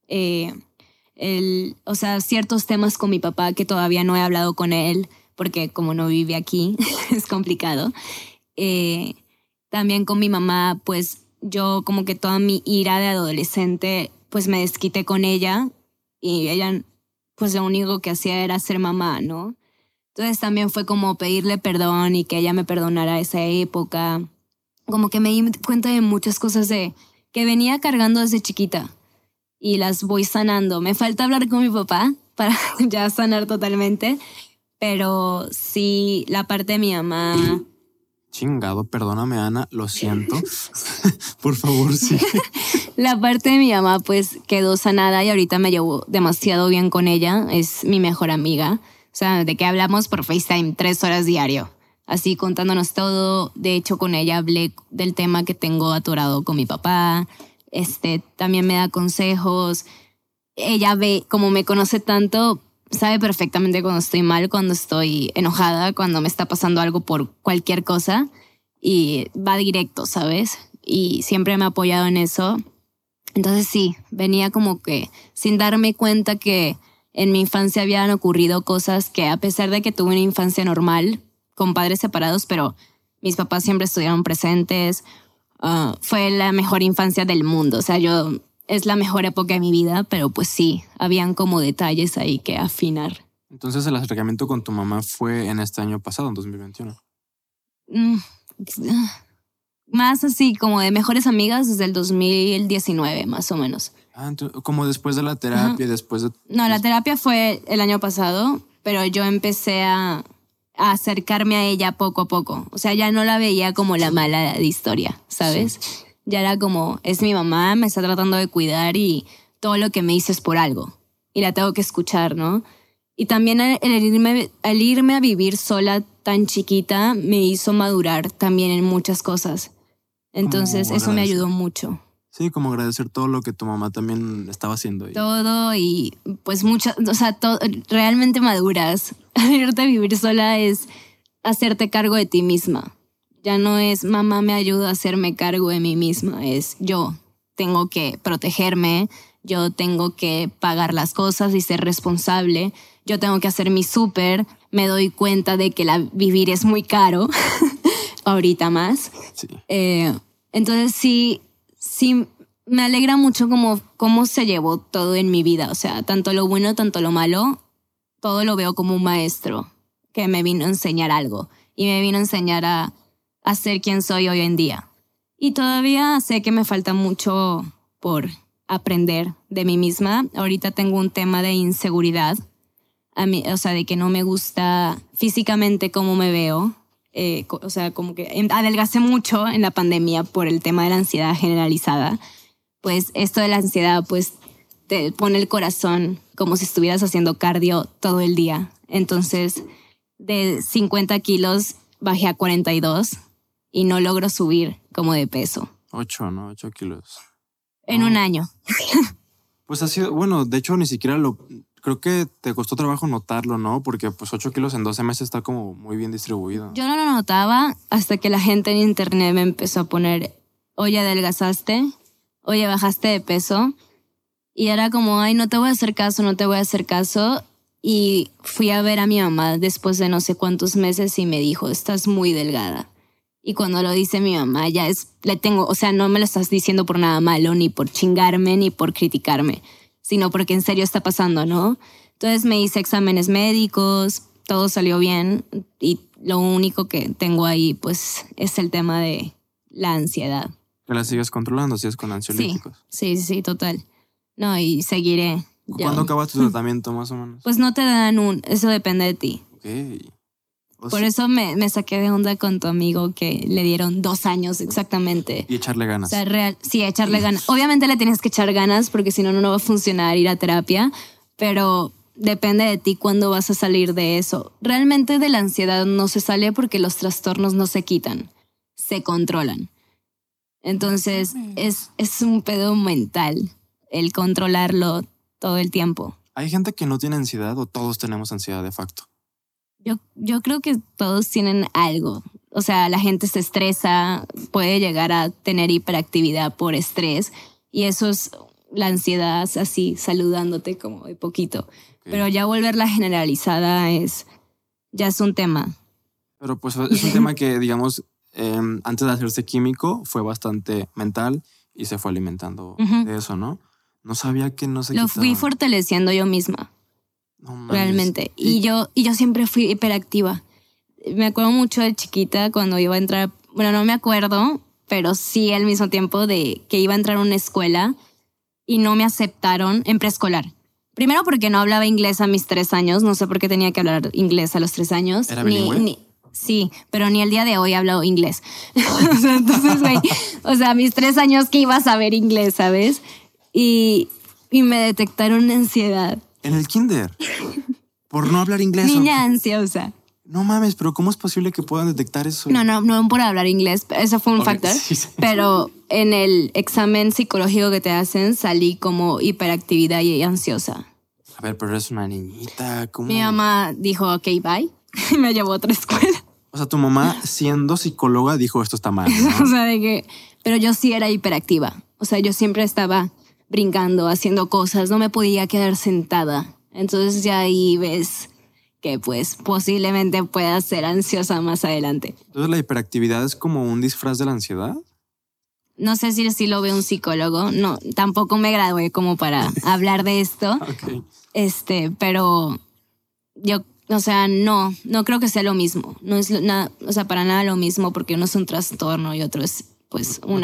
O sea, ciertos temas con mi papá que todavía no he hablado con él porque como no vive aquí es complicado. También con mi mamá, pues yo como que toda mi ira de adolescente, pues me desquité con ella y ella, pues lo único que hacía era ser mamá, ¿no? Entonces también fue como pedirle perdón y que ella me perdonara esa época. Como que me di cuenta de muchas cosas que venía cargando desde chiquita y las voy sanando. Me falta hablar con mi papá para ya sanar totalmente, pero sí, la parte de mi mamá... Chingado, perdóname, Ana, lo siento. Por favor, sí. La parte de mi mamá pues quedó sanada y ahorita me llevo demasiado bien con ella. Es mi mejor amiga. O sea, de que hablamos por FaceTime 3 horas diario. Así contándonos todo. De hecho, con ella hablé del tema que tengo atorado con mi papá. También me da consejos. Ella ve, como me conoce tanto, sabe perfectamente cuando estoy mal, cuando estoy enojada, cuando me está pasando algo por cualquier cosa y va directo, ¿sabes? Y siempre me ha apoyado en eso. Entonces sí, venía como que sin darme cuenta que en mi infancia habían ocurrido cosas que a pesar de que tuve una infancia normal, con padres separados, pero mis papás siempre estuvieron presentes. Fue la mejor infancia del mundo. O sea, es la mejor época de mi vida, pero pues sí, habían como detalles ahí que afinar. Entonces el acercamiento con tu mamá fue en este año pasado, en 2021. Más así como de mejores amigas desde el 2019, más o menos. Como después de la terapia, después de... No, la terapia fue el año pasado, pero yo empecé a acercarme a ella poco a poco. O sea, ya no la veía como la mala de historia, ¿sabes? Sí. Ya era como, es mi mamá, me está tratando de cuidar y todo lo que me dice es por algo. Y la tengo que escuchar, ¿no? Y también el irme a vivir sola tan chiquita me hizo madurar también en muchas cosas. Entonces eso me ayudó mucho. Sí, como agradecer todo lo que tu mamá también estaba haciendo. Todo y pues muchas, o sea, realmente maduras. Irte a vivir sola es hacerte cargo de ti misma. Ya no es mamá me ayuda a hacerme cargo de mí misma, es yo tengo que protegerme, yo tengo que pagar las cosas y ser responsable, yo tengo que hacer mi súper, me doy cuenta de que vivir es muy caro, ahorita más. Sí. Entonces sí, me alegra mucho cómo se llevó todo en mi vida, o sea, tanto lo bueno, tanto lo malo, todo lo veo como un maestro que me vino a enseñar algo y me vino a enseñar a ser quien soy hoy en día. Y todavía sé que me falta mucho por aprender de mí misma. Ahorita tengo un tema de inseguridad, o sea, de que no me gusta físicamente cómo me veo. O sea, como que adelgacé mucho en la pandemia por el tema de la ansiedad generalizada. Pues esto de la ansiedad, pues te pone el corazón como si estuvieras haciendo cardio todo el día. Entonces, de 50 kilos bajé a 42 y no logro subir como de peso. 8 kilos. En un año. Pues ha sido, bueno, de hecho ni siquiera creo que te costó trabajo notarlo, ¿no? Porque pues 8 kilos en 12 meses está como muy bien distribuido. Yo no lo notaba hasta que la gente en internet me empezó a poner, oye, adelgazaste, oye, bajaste de peso. Y era como, ay, no te voy a hacer caso. Y fui a ver a mi mamá después de no sé cuántos meses y me dijo, estás muy delgada. Y cuando lo dice mi mamá, o sea, no me lo estás diciendo por nada malo, ni por chingarme, ni por criticarme, sino porque en serio está pasando, ¿no? Entonces me hice exámenes médicos, todo salió bien y lo único que tengo ahí, pues, es el tema de la ansiedad. ¿Que la sigues controlando? ¿Sigues con ansiolíticos? Sí, total. No, y seguiré. ¿Cuándo acabas tu tratamiento, más o menos? Pues no te dan eso depende de ti. Ok. Por eso me saqué de onda con tu amigo que le dieron 2 años exactamente. Y echarle ganas. O sea, sí, echarle ganas. Obviamente le tienes que echar ganas porque si no, no va a funcionar ir a terapia, pero depende de ti cuándo vas a salir de eso. Realmente de la ansiedad no se sale porque los trastornos no se quitan. se controlan. Entonces es un pedo mental el controlarlo todo el tiempo. ¿Hay gente que no tiene ansiedad o todos tenemos ansiedad de facto? Yo creo que todos tienen algo. O sea, la gente se estresa, puede llegar a tener hiperactividad por estrés y eso es la ansiedad así saludándote como de poquito. Okay. Pero ya volverla generalizada ya es un tema. Pero pues es un tema que, digamos, antes de hacerse químico fue bastante mental y se fue alimentando de eso, ¿no? No sabía que no se Lo quitaba. Fui fortaleciendo yo misma. No mames. Realmente. Y yo siempre fui hiperactiva. Me acuerdo mucho de chiquita cuando iba a entrar, bueno, no me acuerdo, pero sí al mismo tiempo de que iba a entrar a una escuela y no me aceptaron en preescolar. Primero porque no hablaba inglés a mis 3 años, no sé por qué tenía que hablar inglés a los 3 años. ¿Era bilingüe? Sí, pero ni el día de hoy he hablado inglés. Entonces, güey, a mis 3 años que iba a saber inglés, ¿sabes? Y me detectaron ansiedad. ¿En el kinder? ¿Por no hablar inglés? Niña ansiosa. No mames, pero ¿cómo es posible que puedan detectar eso? No por hablar inglés, eso fue un factor. Sí. Pero en el examen psicológico que te hacen salí como hiperactividad y ansiosa. A ver, pero eres una niñita, ¿cómo? Mi mamá dijo, ok, bye, y me llevó a otra escuela. O sea, tu mamá, siendo psicóloga, dijo, esto está mal, ¿no? O sea, pero yo sí era hiperactiva. O sea, yo siempre estaba brincando, haciendo cosas, no me podía quedar sentada. Entonces ya ahí ves que pues posiblemente pueda ser ansiosa más adelante. Entonces, ¿la hiperactividad es como un disfraz de la ansiedad? No sé si lo ve un psicólogo. No, tampoco me gradué como para hablar de esto. Okay. Pero yo, o sea, no creo que sea lo mismo. No es nada, o sea, para nada lo mismo porque uno es un trastorno y otro es pues como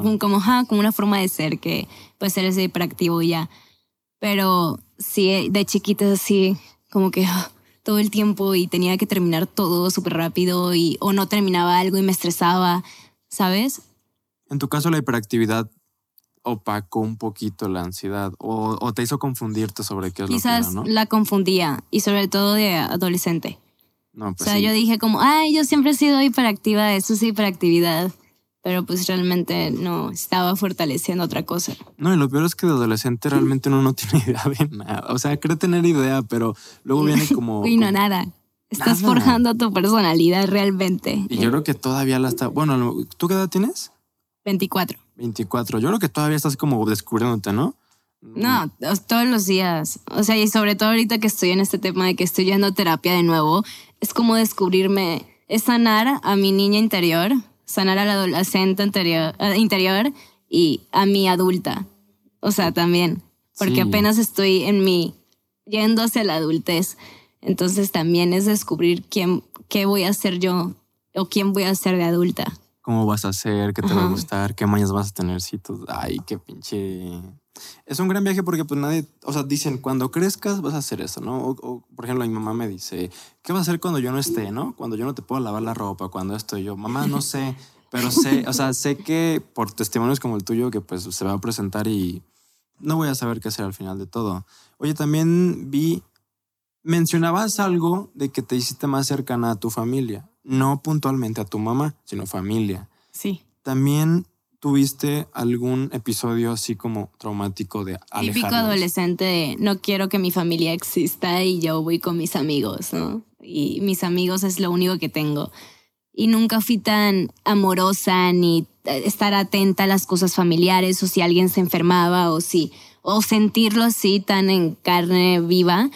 una forma de ser que puede ser ese hiperactivo y ya. Pero sí, de chiquita así como que todo el tiempo y tenía que terminar todo súper rápido o no terminaba algo y me estresaba, ¿sabes? En tu caso, la hiperactividad opacó un poquito la ansiedad o te hizo confundirte sobre qué es Quizás lo que era, ¿no? La confundía y sobre todo de adolescente. No, pues o sea, sí. Yo dije como, yo siempre he sido hiperactiva, eso es hiperactividad. Pero pues realmente no estaba fortaleciendo otra cosa. No, y lo peor es que de adolescente realmente uno no tiene idea de nada. O sea, cree tener idea, pero luego viene como... Uy, no, nada. Estás forjando tu personalidad realmente. Y yo creo que todavía la está... Bueno, ¿tú qué edad tienes? 24. 24. Yo creo que todavía estás como descubriéndote, ¿no? No, todos los días. O sea, y sobre todo ahorita que estoy en este tema de que estoy yendo a terapia de nuevo, es como descubrirme, es sanar a mi niña interior, sanar al adolescente interior y a mi adulta. O sea, también. Porque Sí. apenas estoy yendo hacia la adultez. Entonces también es descubrir qué voy a hacer yo o quién voy a ser de adulta. ¿Cómo vas a hacer? ¿Qué te va a gustar? ¿Qué mañas vas a tener? Sí, ay, qué pinche... Es un gran viaje porque pues nadie... O sea, dicen, cuando crezcas vas a hacer eso, ¿no? O por ejemplo, mi mamá me dice, ¿qué vas a hacer cuando yo no esté, no? Cuando yo no te puedo lavar la ropa, cuando estoy yo. Mamá, no sé, pero sé, o sea, sé que por testimonios como el tuyo que pues se va a presentar y no voy a saber qué hacer al final de todo. Oye, también mencionabas algo de que te hiciste más cercana a tu familia. No puntualmente a tu mamá, sino familia. Sí. También tuviste algún episodio así como traumático de alejarlos. Típico adolescente de no quiero que mi familia exista y yo voy con mis amigos, ¿no? Y mis amigos es lo único que tengo. Y nunca fui tan amorosa ni estar atenta a las cosas familiares o si alguien se enfermaba o sentirlo así tan en carne viva.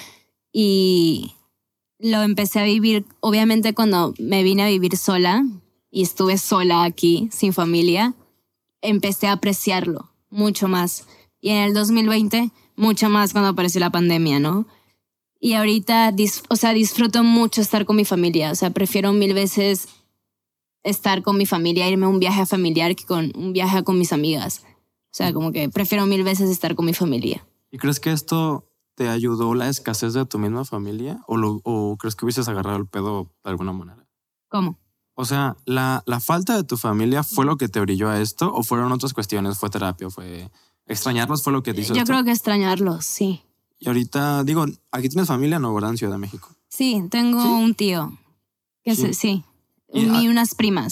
Y lo empecé a vivir, obviamente cuando me vine a vivir sola y estuve sola aquí, sin familia, empecé a apreciarlo mucho más. Y en el 2020, mucho más cuando apareció la pandemia, ¿no? Y ahorita, disfruto mucho estar con mi familia. O sea, prefiero 1000 veces estar con mi familia, irme a un viaje familiar que con un viaje con mis amigas. O sea, como que prefiero 1000 veces estar con mi familia. ¿Y crees que esto te ayudó la escasez de tu misma familia? ¿O crees que hubieses agarrado el pedo de alguna manera? ¿Cómo? O sea, ¿la falta de tu familia fue lo que te brilló a esto? ¿O fueron otras cuestiones? ¿Fue terapia? ¿Fue extrañarlos? ¿Fue lo que te hizo Yo esto? creo que extrañarlos, sí. Y ahorita, digo, aquí tienes familia, ¿no? ¿Verdad? En Ciudad de México. Sí, tengo un tío. Sí. Sí. Y Y unas primas.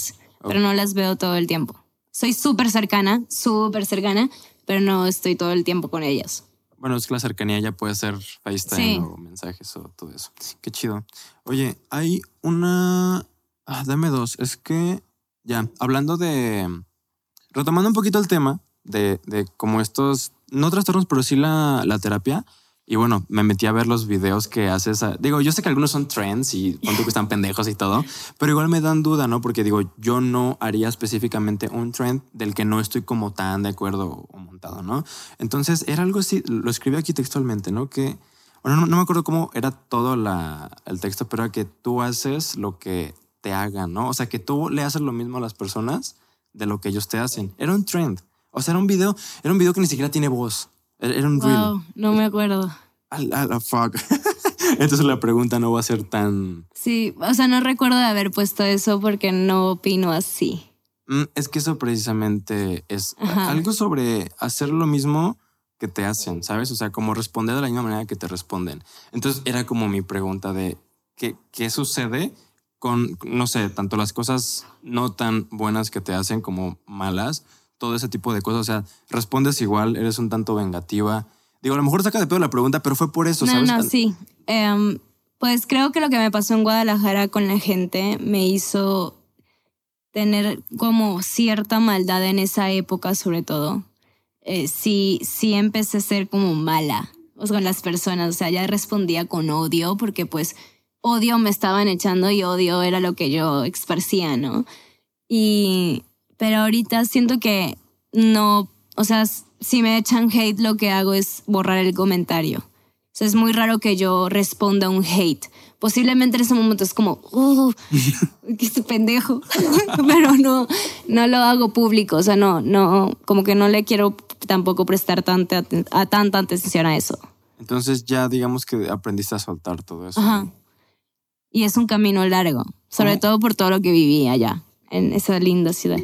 pero no las veo todo el tiempo. Soy súper cercana, pero no estoy todo el tiempo con ellas. Bueno, es que la cercanía ya puede ser FaceTime o mensajes o todo eso. Qué chido. Oye, hay una... dame dos. Es que ya, hablando de... Retomando un poquito el tema de como estos... No trastornos, pero sí la terapia. Y bueno, me metí a ver los videos que haces. Digo, yo sé que algunos son trends y cuando que están pendejos y todo, pero igual me dan duda, ¿no? Porque digo, yo no haría específicamente un trend del que no estoy como tan de acuerdo o montado, ¿no? Entonces era algo así, lo escribí aquí textualmente, ¿no? Que, bueno, no me acuerdo cómo era todo el texto, pero era que tú haces lo que te hagan, ¿no? O sea, que tú le haces lo mismo a las personas de lo que ellos te hacen. Era un trend. O sea, era un video que ni siquiera tiene voz. Era un reel. Wow, no me acuerdo. Fuck. Entonces la pregunta no va a ser tan... Sí, o sea, no recuerdo de haber puesto eso porque no opino así. Es que eso precisamente es algo sobre hacer lo mismo que te hacen, ¿sabes? O sea, como responder de la misma manera que te responden. Entonces era como mi pregunta de ¿qué sucede con, no sé, tanto las cosas no tan buenas que te hacen como malas, todo ese tipo de cosas? O sea, respondes igual, eres un tanto vengativa. Digo, a lo mejor saca de pedo la pregunta, pero fue por eso, ¿sabes? No, sí. Pues creo que lo que me pasó en Guadalajara con la gente me hizo tener como cierta maldad en esa época, sobre todo. Sí empecé a ser como mala, o sea, con las personas. O sea, ya respondía con odio porque pues odio me estaban echando y odio era lo que yo esparcía, ¿no? Pero ahorita siento que no, o sea, si me echan hate, lo que hago es borrar el comentario. O sea, es muy raro que yo responda un hate. Posiblemente en ese momento es como, qué este pendejo. Pero no lo hago público. O sea, no, como que no le quiero tampoco prestar tanta atención a eso. Entonces ya digamos que aprendiste a soltar todo eso. Ajá. Y es un camino largo, sobre todo por todo lo que viví allá, en esa linda ciudad.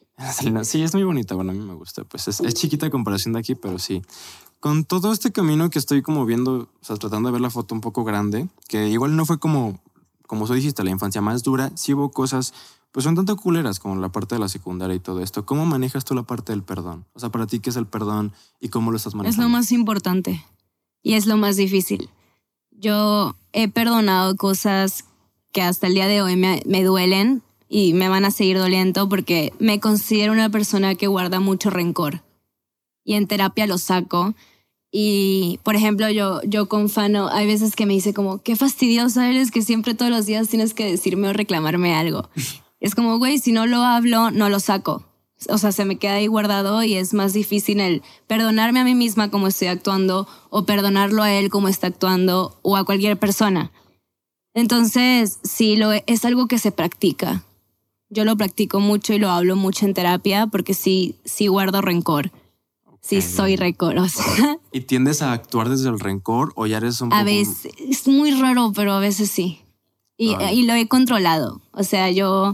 Sí, es muy bonita, bueno, a mí me gusta. Pues es chiquita en comparación de aquí, pero sí. Con todo este camino que estoy como viendo, o sea, tratando de ver la foto un poco grande, que igual no fue como tú dijiste, la infancia más dura, sí hubo cosas, pues un tanto culeras, como la parte de la secundaria y todo esto. ¿Cómo manejas tú la parte del perdón? O sea, para ti, ¿qué es el perdón y cómo lo estás manejando? Es lo más importante y es lo más difícil. Yo he perdonado cosas que hasta el día de hoy me duelen y me van a seguir doliendo porque me considero una persona que guarda mucho rencor. Y en terapia lo saco. Y, por ejemplo, yo con Fano, hay veces que me dice como, qué fastidiosa eres que siempre todos los días tienes que decirme o reclamarme algo. Es como, güey, si no lo hablo, no lo saco. O sea, se me queda ahí guardado y es más difícil el perdonarme a mí misma como estoy actuando o perdonarlo a él como está actuando o a cualquier persona. Entonces, sí, es algo que se practica. Yo lo practico mucho y lo hablo mucho en terapia porque sí guardo rencor. Sí, soy rencorosa. ¿Y tiendes a actuar desde el rencor o ya eres un poco...? A veces, es muy raro, pero a veces sí. Y lo he controlado. O sea,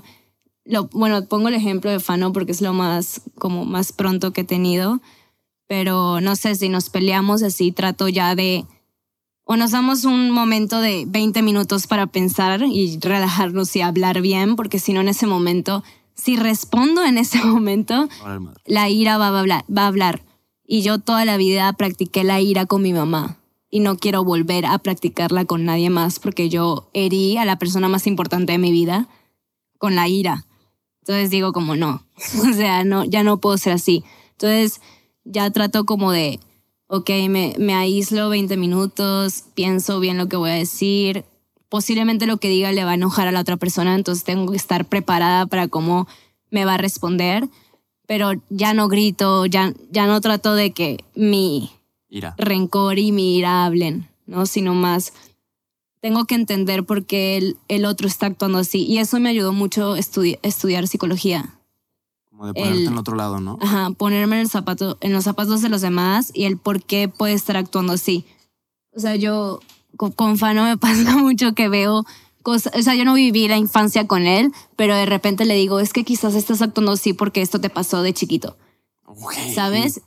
pongo el ejemplo de Fano porque es lo más pronto que he tenido. Pero no sé, si nos peleamos así, trato ya de... O nos damos un momento de 20 minutos para pensar y relajarnos y hablar bien, porque si no en ese momento, si respondo en ese momento, la ira va a hablar. Y yo toda la vida practiqué la ira con mi mamá y no quiero volver a practicarla con nadie más porque yo herí a la persona más importante de mi vida con la ira. Entonces digo como no, o sea, no, ya no puedo ser así. Entonces ya trato como de, ok, me aíslo 20 minutos, pienso bien lo que voy a decir. Posiblemente lo que diga le va a enojar a la otra persona, entonces tengo que estar preparada para cómo me va a responder. Pero ya no grito, ya no trato de que mi rencor y mi ira hablen, ¿no? Sino más, tengo que entender por qué el otro está actuando así. Y eso me ayudó mucho estudiar psicología. Como de ponerte en otro lado, ¿no? Ajá, ponerme en los zapatos de los demás y el por qué puede estar actuando así. O sea, yo con Fano me pasa mucho que veo... O sea, yo no viví la infancia con él, pero de repente le digo, es que quizás estás actuando así porque esto te pasó de chiquito. Okay. ¿Sabes?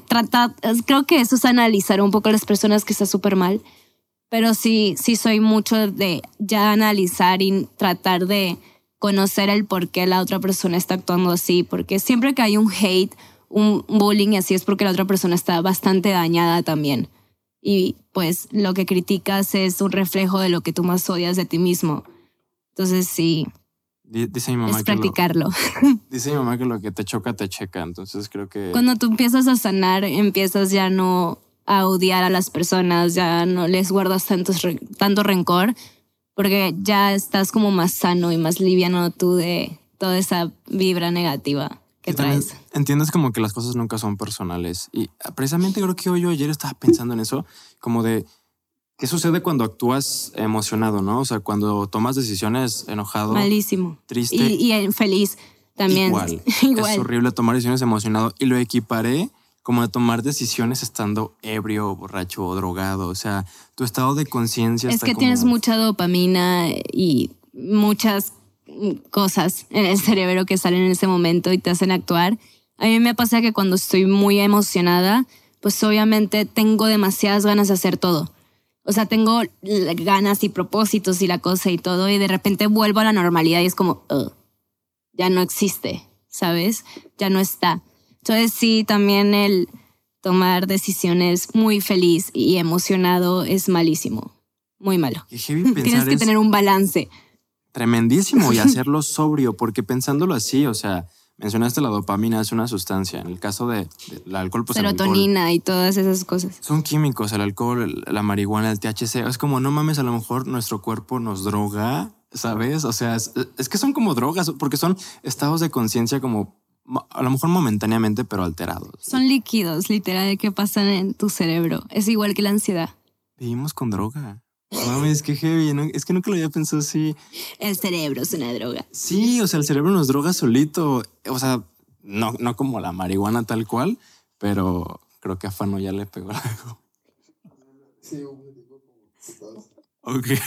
Creo que eso es analizar un poco a las personas que está súper mal, pero sí soy mucho de ya analizar y tratar de conocer el por qué la otra persona está actuando así, porque siempre que hay un hate, un bullying y así es porque la otra persona está bastante dañada también. Y pues lo que criticas es un reflejo de lo que tú más odias de ti mismo. Entonces sí, Dice mi mamá es practicarlo. Dice mi mamá que lo que te choca, te checa. Entonces creo que... Cuando tú empiezas a sanar, empiezas ya no a odiar a las personas, ya no les guardas tanto rencor, porque ya estás como más sano y más liviano tú de toda esa vibra negativa que traes. Entiendes como que las cosas nunca son personales. Y precisamente creo que yo ayer estaba pensando en eso, como de qué sucede cuando actúas emocionado, ¿no? O sea, cuando tomas decisiones enojado. Malísimo. Triste. Y feliz también. Igual. Igual. Es horrible tomar decisiones emocionado y lo equiparé como de tomar decisiones estando ebrio, borracho o drogado. O sea, tu estado de conciencia es que tienes mucha dopamina y muchas cosas en el cerebro que salen en ese momento y te hacen actuar. A mí me pasa que cuando estoy muy emocionada, pues obviamente tengo demasiadas ganas de hacer todo. O sea, tengo ganas y propósitos y la cosa y todo, y de repente vuelvo a la normalidad y es como, ya no existe, ¿sabes? Ya no está. Entonces sí, también el tomar decisiones muy feliz y emocionado es malísimo. Muy malo. Qué heavy pensar. Tienes que tener un balance. Tremendísimo y hacerlo sobrio, porque pensándolo así, o sea, mencionaste la dopamina, es una sustancia. En el caso del alcohol, pues serotonina el alcohol, y todas esas cosas. son químicos, el alcohol, la marihuana, el THC. Es como, no mames, a lo mejor nuestro cuerpo nos droga, ¿sabes? O sea, es que son como drogas, porque son estados de conciencia como a lo mejor momentáneamente, pero alterados. Son líquidos, literal, que pasan en tu cerebro. Es igual que la ansiedad. Vivimos con droga. Mames, qué heavy, ¿no? Es que nunca lo había pensado así. El cerebro es una droga. Sí, o sea, el cerebro nos droga solito. O sea, no como la marihuana tal cual, pero creo que a Fano ya le pegó algo. Sí, Ok.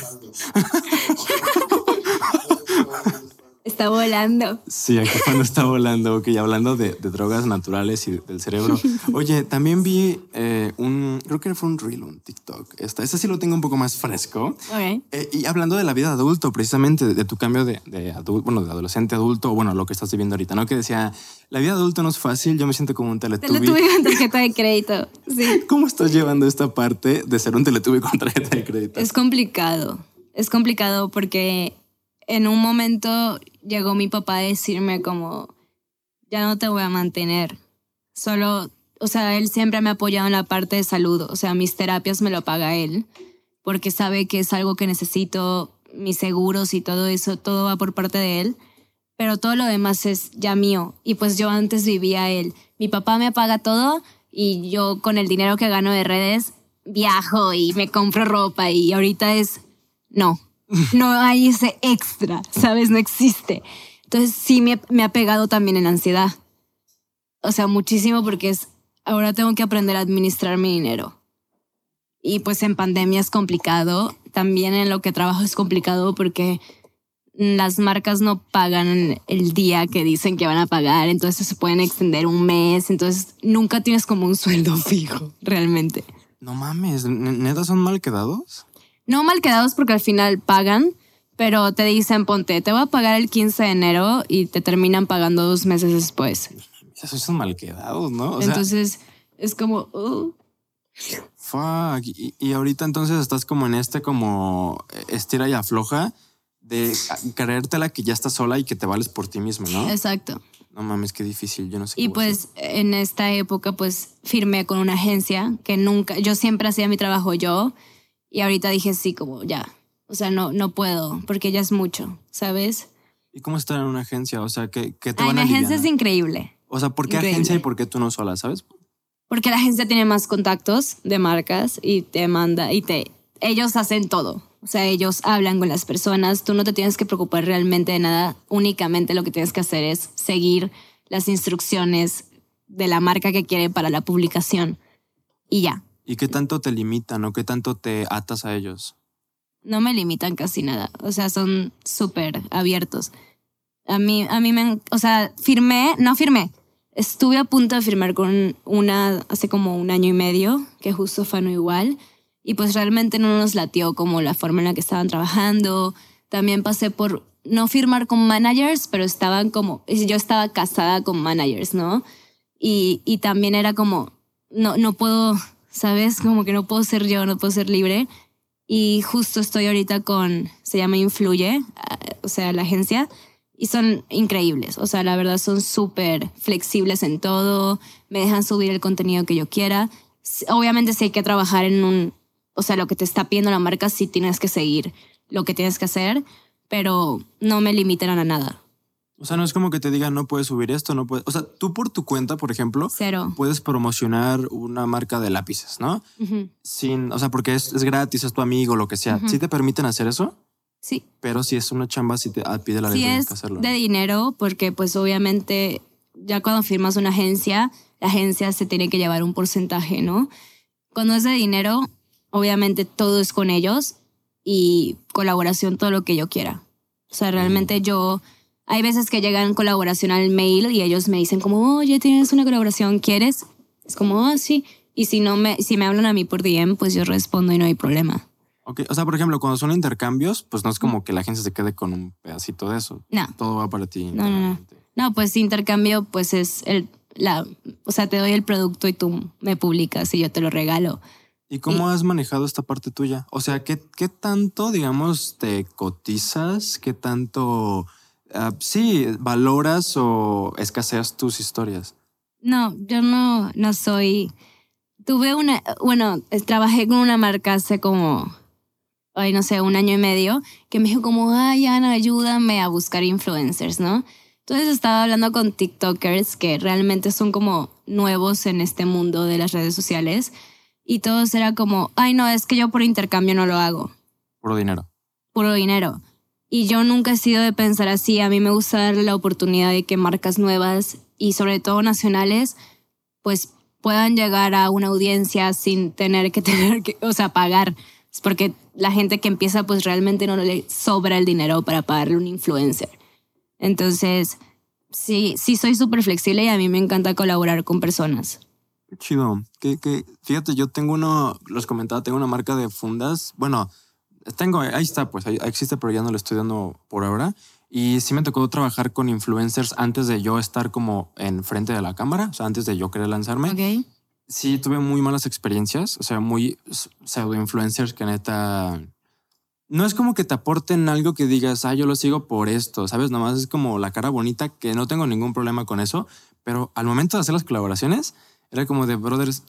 Está volando. Sí, aquí Fano está volando. Ok, hablando de drogas naturales y del cerebro. Oye, también vi creo que fue un reel, un TikTok. Ese sí lo tengo un poco más fresco. Okay. Y hablando de la vida de adulto, precisamente de tu cambio de adulto, bueno, de adolescente a adulto, bueno, lo que estás viviendo ahorita, ¿no? Que decía, la vida de adulto no es fácil, yo me siento como un Teletubby. Teletubby con tarjeta de crédito, sí. ¿Cómo estás llevando esta parte de ser un Teletubby con tarjeta de crédito? Es complicado porque en un momento llegó mi papá a decirme como, ya no te voy a mantener, solo, o sea, él siempre me ha apoyado en la parte de salud, o sea, mis terapias me lo paga él, porque sabe que es algo que necesito, mis seguros y todo eso, todo va por parte de él, pero todo lo demás es ya mío, y pues yo antes vivía él. Mi papá me paga todo y yo con el dinero que gano de redes viajo y me compro ropa y ahorita no hay ese extra, ¿sabes? No existe. Entonces sí me ha pegado también en ansiedad. O sea, muchísimo porque ahora tengo que aprender a administrar mi dinero. Y pues en pandemia es complicado. También en lo que trabajo es complicado porque las marcas no pagan el día que dicen que van a pagar. Entonces se pueden extender un mes. Entonces nunca tienes como un sueldo fijo, realmente. No mames, ¿neta son mal quedados? No mal quedados porque al final pagan, pero te dicen, ponte, te voy a pagar el 15 de enero y te terminan pagando 2 meses después. Esos son mal quedados, ¿no? O entonces es como... Fuck. Y ahorita entonces estás como en como estira y afloja de creértela que ya estás sola y que te vales por ti mismo, ¿no? Exacto. No mames, qué difícil, yo no sé. Y pues en esta época pues firmé con una agencia que yo siempre hacía mi trabajo yo. Y ahorita dije sí, como ya, o sea, no puedo, porque ya es mucho, ¿sabes? ¿Y cómo estar en una agencia? O sea, ¿qué te van a aliviar? La agencia es increíble. O sea, ¿por qué increíble. Agencia y por qué tú no sola, sabes? Porque la agencia tiene más contactos de marcas y te manda, ellos hacen todo. O sea, ellos hablan con las personas, tú no te tienes que preocupar realmente de nada, únicamente lo que tienes que hacer es seguir las instrucciones de la marca que quiere para la publicación y ya. ¿Y qué tanto te limitan o qué tanto te atas a ellos? No me limitan casi nada. O sea, son súper abiertos. A mí o sea, no firmé. Estuve a punto de firmar con una hace como 1 año y medio, que justo fue igual. Y pues realmente no nos latió como la forma en la que estaban trabajando. También pasé por no firmar con managers, pero yo estaba casada con managers, ¿no? Y también era como, no puedo, ¿sabes? Como que no puedo ser yo, no puedo ser libre. Y justo estoy ahorita se llama Influye, o sea, la agencia, y son increíbles. O sea, la verdad son súper flexibles en todo, me dejan subir el contenido que yo quiera. Obviamente si hay que trabajar o sea, lo que te está pidiendo la marca, sí tienes que seguir lo que tienes que hacer, pero no me limitan a nada. O sea, no es como que te digan, no puedes subir esto, no puedes... O sea, tú por tu cuenta, por ejemplo, Cero. puedes promocionar una marca de lápices, ¿no? Uh-huh. O sea, porque es gratis, es tu amigo, lo que sea. Uh-huh. ¿Sí te permiten hacer eso? Sí. Pero si es una chamba, sí te pide la ley, tienes que hacerlo. Sí, es de dinero, porque pues obviamente ya cuando firmas una agencia, la agencia se tiene que llevar un porcentaje, ¿no? Cuando es de dinero, obviamente todo es con ellos y colaboración, todo lo que yo quiera. O sea, realmente hay veces que llegan colaboración al mail y ellos me dicen como, oye, tienes una colaboración, ¿quieres? Es como, sí. Y si me hablan a mí por DM, pues yo respondo y no hay problema. Ok, o sea, por ejemplo, cuando son intercambios, pues no es como que la agencia se quede con un pedacito de eso. No. Todo va para ti. No. No, pues intercambio, pues es o sea, te doy el producto y tú me publicas y yo te lo regalo. ¿Y cómo has manejado esta parte tuya? O sea, ¿qué tanto, digamos, te cotizas? ¿Qué tanto, valoras o escaseas tus historias? No, yo no soy... trabajé con una marca hace como, no sé, 1 año y medio, que me dijo como, Ana, ayúdame a buscar influencers, ¿no? Entonces estaba hablando con TikTokers que realmente son como nuevos en este mundo de las redes sociales y todos era como, no, es que yo por intercambio no lo hago. Puro dinero. Puro dinero. Y yo nunca he sido de pensar así. A mí me gusta darle la oportunidad de que marcas nuevas y sobre todo nacionales, pues puedan llegar a una audiencia sin tener que, o sea, pagar. Es porque la gente que empieza pues realmente no le sobra el dinero para pagarle a un influencer. Entonces, sí soy súper flexible y a mí me encanta colaborar con personas. Qué chido. Fíjate, yo los comentaba, tengo una marca de fundas. Bueno, ahí está, pues ahí existe, pero ya no lo estoy dando por ahora. Y sí me tocó trabajar con influencers antes de yo estar como enfrente de la cámara, o sea, antes de yo querer lanzarme. Okay. Sí, tuve muy malas experiencias, o sea, muy pseudo influencers que neta... No es como que te aporten algo que digas, yo lo sigo por esto, ¿sabes? Nomás es como la cara bonita, que no tengo ningún problema con eso, pero al momento de hacer las colaboraciones, era como de, brothers,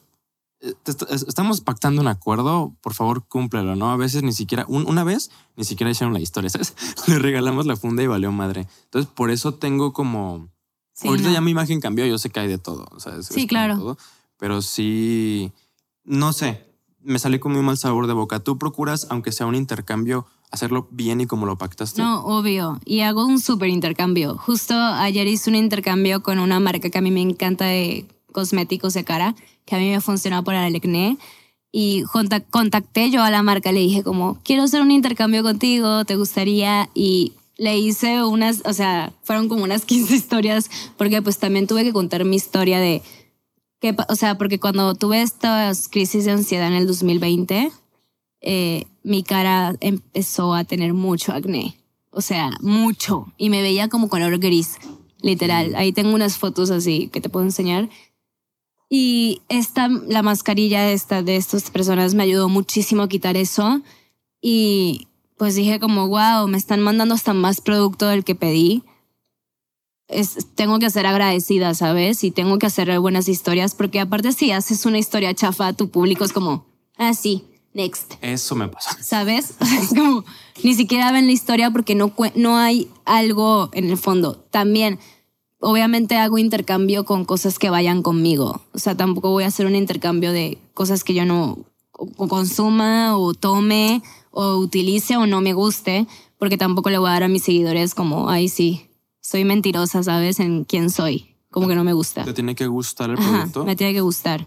estamos pactando un acuerdo, por favor, cúmplelo, ¿no? A veces ni siquiera, una vez, ni siquiera hicieron la historia, ¿sabes? Le regalamos la funda y valió madre. Entonces, por eso tengo como... Sí, ahorita ya mi imagen cambió, yo sé que hay de todo, o sea, sí, claro. Todo, pero sí, no sé, me salí con muy mal sabor de boca. ¿Tú procuras, aunque sea un intercambio, hacerlo bien y como lo pactaste? No, obvio. Y hago un súper intercambio. Justo ayer hice un intercambio con una marca que a mí me encanta de cosméticos de cara, que a mí me funcionó para el acné. Y contacté yo a la marca, le dije como, quiero hacer un intercambio contigo, ¿te gustaría? Y le hice fueron como unas 15 historias, porque pues también tuve que contar mi historia de... porque cuando tuve estas crisis de ansiedad en el 2020, mi cara empezó a tener mucho acné. O sea, mucho. Y me veía como color gris, literal. Ahí tengo unas fotos así que te puedo enseñar. Y la mascarilla de estas personas me ayudó muchísimo a quitar eso. Y pues dije como, wow, me están mandando hasta más producto del que pedí. Tengo que ser agradecida, ¿sabes? Y tengo que hacer buenas historias, porque aparte si haces una historia chafa, tu público es como, sí, next. Eso me pasa. ¿Sabes? Es como, ni siquiera ven la historia porque no hay algo en el fondo. También, obviamente hago intercambio con cosas que vayan conmigo. O sea, tampoco voy a hacer un intercambio de cosas que yo no o consuma o tome o utilice o no me guste, porque tampoco le voy a dar a mis seguidores como, sí, soy mentirosa, ¿sabes? En quién soy. Como que no me gusta. ¿Te tiene que gustar el producto? Me tiene que gustar.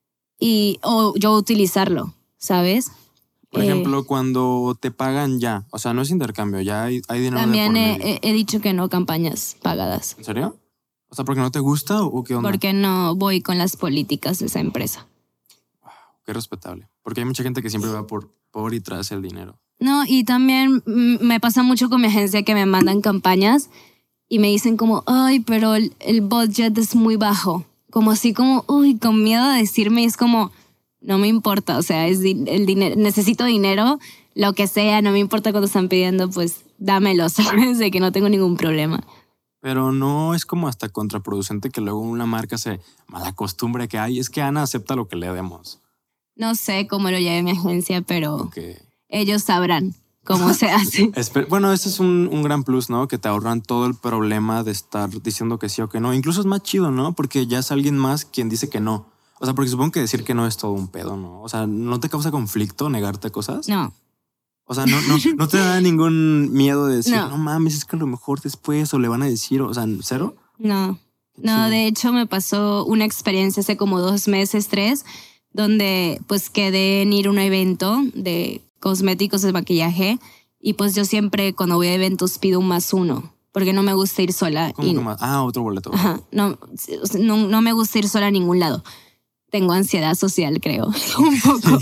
O yo utilizarlo, ¿sabes? Por ejemplo, cuando te pagan ya, o sea, no es intercambio, ya hay dinero. También he dicho que no campañas pagadas. ¿En serio? O sea, ¿porque no te gusta o qué onda? Porque no voy con las políticas de esa empresa. Wow, qué respetable. Porque hay mucha gente que siempre va por y tras el dinero. No, y también me pasa mucho con mi agencia que me mandan campañas y me dicen como, ay, pero el budget es muy bajo. Como así como, uy, con miedo de decirme, y es como, no me importa, o sea, es el dinero, necesito dinero, lo que sea, no me importa cuando están pidiendo, pues dámelo, ¿sabes? De que no tengo ningún problema. Pero no es como hasta contraproducente que luego una marca se malacostumbre que hay. Es que Ana acepta lo que le demos. No sé cómo lo lleve mi agencia, pero Okay. ellos sabrán cómo se hace. Bueno, ese es un gran plus, ¿no? Que te ahorran todo el problema de estar diciendo que sí o que no. Incluso es más chido, ¿no? Porque ya es alguien más quien dice que no. O sea, porque supongo que decir que no es todo un pedo, ¿no? O sea, ¿no te causa conflicto negarte cosas? No. O sea, no te da ningún miedo de decir, No. no mames, es que a lo mejor después o le van a decir, o sea, ¿cero? No, de hecho me pasó una experiencia hace como 2 meses, 3, donde pues quedé en ir a un evento de cosméticos de maquillaje y pues yo siempre cuando voy a eventos pido un +1 porque no me gusta ir sola. ¿Cómo que más? Otro boleto. Ajá, no me gusta ir sola a ningún lado. Tengo ansiedad social, creo, un poco.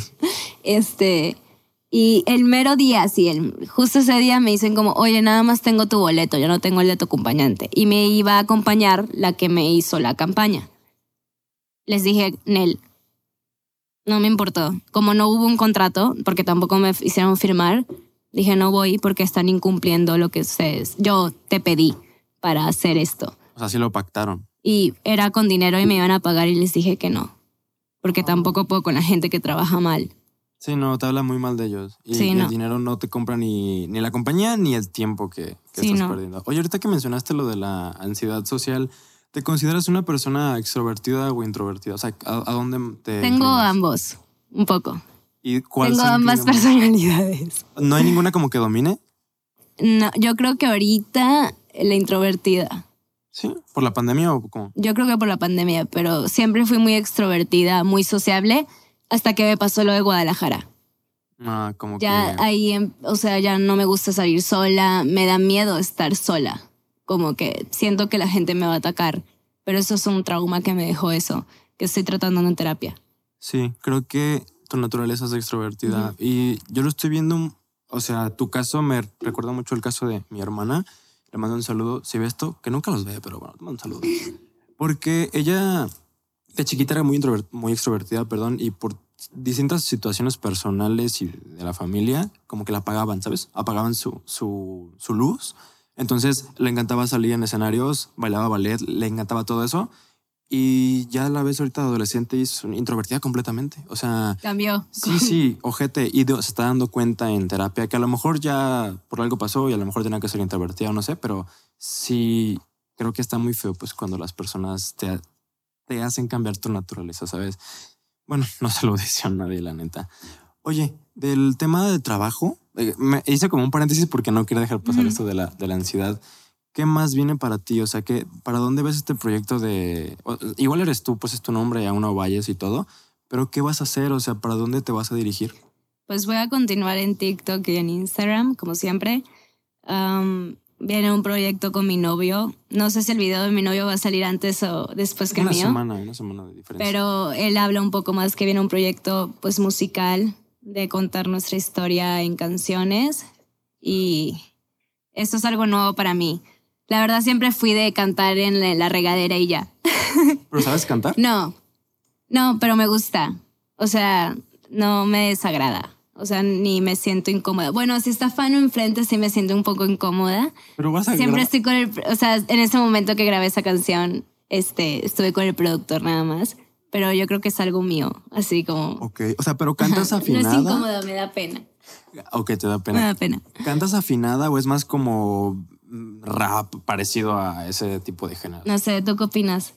Y el mero día, justo ese día me dicen como, oye, nada más tengo tu boleto, yo no tengo el de tu acompañante. Y me iba a acompañar la que me hizo la campaña. Les dije, Nel, no me importó. Como no hubo un contrato, porque tampoco me hicieron firmar, dije, no voy porque están incumpliendo lo que yo te pedí para hacer esto. O sea, sí lo pactaron. Y era con dinero y me iban a pagar y les dije que no. Porque tampoco puedo con la gente que trabaja mal. Sí, no, te habla muy mal de ellos. Y sí, el dinero no te compra ni la compañía ni el tiempo que estás perdiendo. Oye, ahorita que mencionaste lo de la ansiedad social, ¿te consideras una persona extrovertida o introvertida? O sea, ¿a dónde te Tengo inclinas? Ambos, un poco. ¿Y cuál Tengo ambas personalidades. ¿No hay ninguna como que domine? No, yo creo que ahorita la introvertida. ¿Sí? ¿Por la pandemia o cómo? Yo creo que por la pandemia, pero siempre fui muy extrovertida, muy sociable, hasta que me pasó lo de Guadalajara. Como ya que... ahí, o sea, ya no me gusta salir sola, me da miedo estar sola. Como que siento que la gente me va a atacar, pero eso es un trauma que me dejó eso, que estoy tratando en terapia. Sí, creo que tu naturaleza es extrovertida. Y yo lo estoy viendo, o sea, tu caso me recuerda mucho el caso de mi hermana. Le mando un saludo. Si ve esto, que nunca los ve, pero bueno, te mando un saludo. Porque ella de chiquita era muy extrovertida, y por distintas situaciones personales y de la familia, como que la apagaban, ¿sabes? Apagaban su luz. Entonces le encantaba salir en escenarios, bailaba ballet, le encantaba todo eso. Y ya la ves ahorita adolescente y es introvertida completamente. O sea... Cambió. Sí, ojete. Y se está dando cuenta en terapia que a lo mejor ya por algo pasó y a lo mejor tenía que ser introvertida o no sé, pero sí creo que está muy feo pues cuando las personas te hacen cambiar tu naturaleza, ¿sabes? Bueno, no se lo deseo a nadie, la neta. Oye, del tema del trabajo, me hice como un paréntesis porque no quería dejar pasar esto de la ansiedad. ¿Qué más viene para ti? O sea, ¿para dónde ves este proyecto de... Igual eres tú, pues es tu nombre, aún no vayas y todo, pero ¿qué vas a hacer? O sea, ¿para dónde te vas a dirigir? Pues voy a continuar en TikTok y en Instagram, como siempre. Viene un proyecto con mi novio. No sé si el video de mi novio va a salir antes o después que el mío. Una semana de diferencia. Pero él habla un poco más que viene un proyecto pues musical de contar nuestra historia en canciones. Y esto es algo nuevo para mí. La verdad siempre fui de cantar en la regadera y ya. ¿Pero sabes cantar? No, pero me gusta. O sea, no me desagrada. O sea, ni me siento incómoda. Bueno, si está Fano enfrente sí me siento un poco incómoda. Pero vas a siempre estoy con o sea, en ese momento que grabé esa canción, estuve con el productor nada más. Pero yo creo que es algo mío, así como... Ok, o sea, pero ¿cantas afinada? No es incómoda, me da pena. Ok, te da pena. Me da pena. ¿Cantas afinada o es más como rap parecido a ese tipo de género? No sé, ¿tú qué opinas?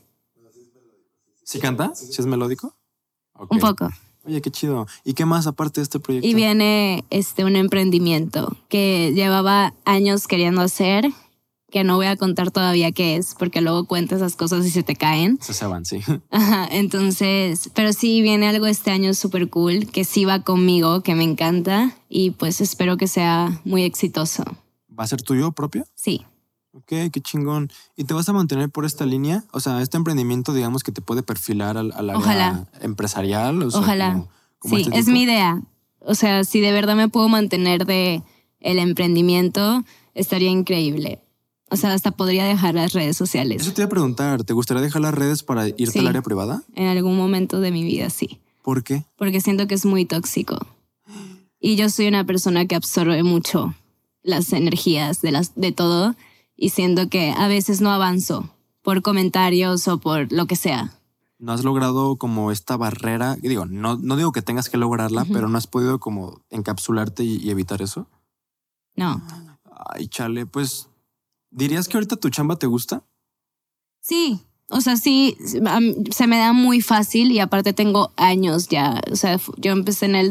¿Sí canta? ¿Sí es melódico? Okay. Un poco. Oye, qué chido. ¿Y qué más aparte de este proyecto? Y viene un emprendimiento que llevaba años queriendo hacer, que no voy a contar todavía qué es, porque luego cuentas esas cosas y se te caen. Se van, sí. Ajá, entonces, pero sí viene algo este año súper cool, que sí va conmigo, que me encanta, y pues espero que sea muy exitoso. ¿Va a ser tuyo propio? Sí. Ok, qué chingón. ¿Y te vas a mantener por esta línea? O sea, este emprendimiento, digamos, que te puede perfilar al área empresarial. O sea, Ojalá. como sí, este es tipo. mi idea. O sea, si de verdad me puedo mantener de el emprendimiento, estaría increíble. O sea, hasta podría dejar las redes sociales. Eso te iba a preguntar, ¿te gustaría dejar las redes para irte Sí. al área privada? En algún momento de mi vida, sí. ¿Por qué? Porque siento que es muy tóxico. Y yo soy una persona que absorbe mucho las energías de todo y siento que a veces no avanzo por comentarios o por lo que sea. ¿No has logrado como esta barrera? Digo, no digo que tengas que lograrla, pero ¿no has podido como encapsularte y evitar eso? No. Ay, chale, pues, ¿dirías que ahorita tu chamba te gusta? Sí, o sea, sí, se me da muy fácil y aparte tengo años ya. O sea, yo empecé en el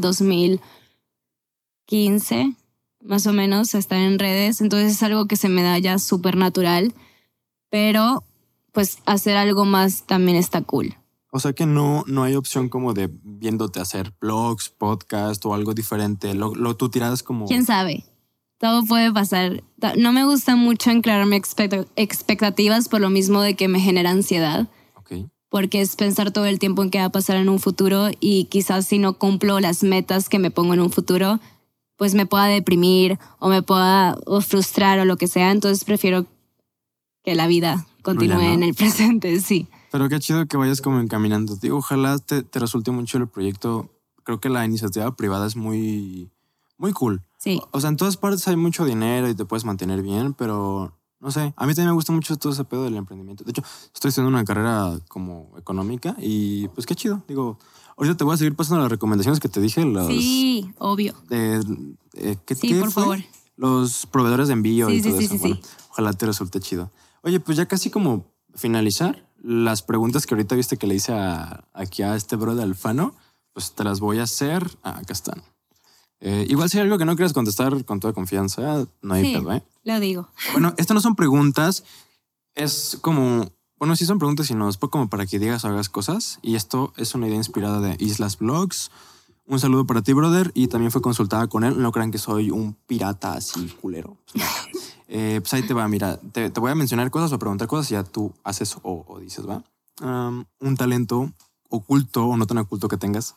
2015, más o menos, a estar en redes. Entonces es algo que se me da ya súper natural. Pero, pues, hacer algo más también está cool. O sea que no hay opción como de viéndote hacer blogs, podcast o algo diferente. Tú tiradas como... ¿Quién sabe? Todo puede pasar. No me gusta mucho enclararme expectativas por lo mismo de que me genera ansiedad. Ok. Porque es pensar todo el tiempo en qué va a pasar en un futuro y quizás si no cumplo las metas que me pongo en un futuro, pues me pueda deprimir o me pueda frustrar o lo que sea. Entonces prefiero que la vida continúe Fluya, ¿no? en el presente, sí. Pero qué chido que vayas como encaminando. Digo, ojalá te resulte mucho el proyecto. Creo que la iniciativa privada es muy, muy cool. Sí. O sea, en todas partes hay mucho dinero y te puedes mantener bien, pero no sé. A mí también me gusta mucho todo ese pedo del emprendimiento. De hecho, estoy haciendo una carrera como económica y pues qué chido. Digo, ahorita te voy a seguir pasando las recomendaciones que te dije. Sí, obvio. ¿Qué Sí, por fue? favor. Los proveedores de envío Sí, y sí, todo sí, eso. sí, Bueno, sí. ojalá te resulte chido. Oye, pues ya casi como finalizar, las preguntas que ahorita viste que le hice aquí a este bro de Alfano, pues te las voy a hacer. Acá están. Igual si hay algo que no quieras contestar con toda confianza, no hay Sí, pedo, ¿eh? lo digo. Bueno, estas no son preguntas, es como... Bueno, sí son preguntas, sino es como para que digas o hagas cosas. Y esto es una idea inspirada de Islas Vlogs. Un saludo para ti, brother. Y también fue consultada con él. No crean que soy un pirata así culero. Pues, no. Pues ahí te va, mira. Te voy a mencionar cosas o preguntar cosas y ya tú haces o dices, ¿va? Un talento oculto o no tan oculto que tengas.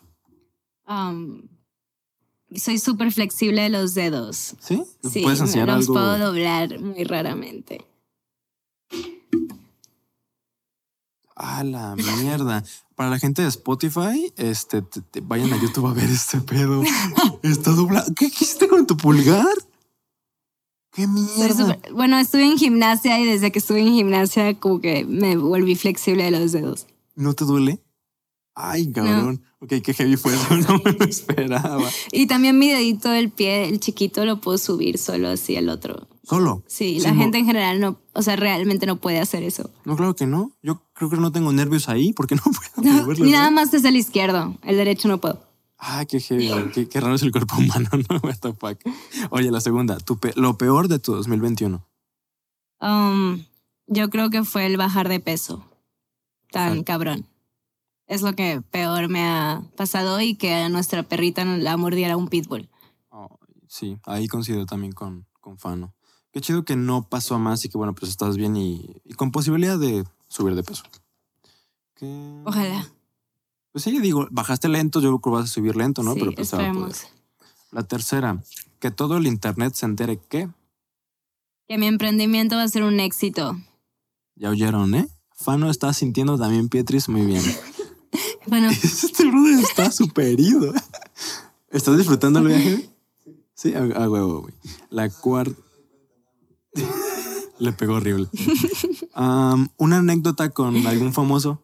Soy súper flexible de los dedos. ¿Sí? Sí, ¿Puedes enseñar los algo? puedo doblar muy raramente. Ah, la mierda. Para la gente de Spotify, vayan a YouTube a ver este pedo. Está doblado. ¿Qué hiciste con tu pulgar? ¡Qué mierda! Bueno, estuve en gimnasia y desde que estuve en gimnasia como que me volví flexible de los dedos. ¿No te duele? Ay, cabrón. No. Ok, qué heavy fue eso. No me lo esperaba. Y también mi dedito del pie, el chiquito, lo puedo subir solo así el otro. ¿Solo? Sí, la gente en general no, o sea, realmente no puede hacer eso. No, claro que no. Yo creo que no tengo nervios ahí porque no puedo moverlos. Ni nada más es el izquierdo, el derecho no puedo. Ah, qué heavy. Qué raro es el cuerpo humano, ¿no? What the fuck. Oye, la segunda. Lo peor de tu 2021. Yo creo que fue el bajar de peso. Tan cabrón. Es lo que peor me ha pasado y que a nuestra perrita la mordiera un pitbull. Oh, sí, ahí coincido también con Fano. Qué chido que no pasó a más y que bueno, pues estás bien y con posibilidad de subir de peso. Ojalá. Pues sí, digo, bajaste lento, yo creo que vas a subir lento, ¿no? Sí, pero pues esperemos. La tercera, que todo el internet se entere que... Que mi emprendimiento va a ser un éxito. Ya oyeron, ¿eh? Fano está sintiendo también Pietris muy bien. Bueno. Este brother está súper ido. ¿Estás disfrutando el viaje? Sí, a huevo, güey. La cuarta... Le pegó horrible. ¿Una anécdota con algún famoso?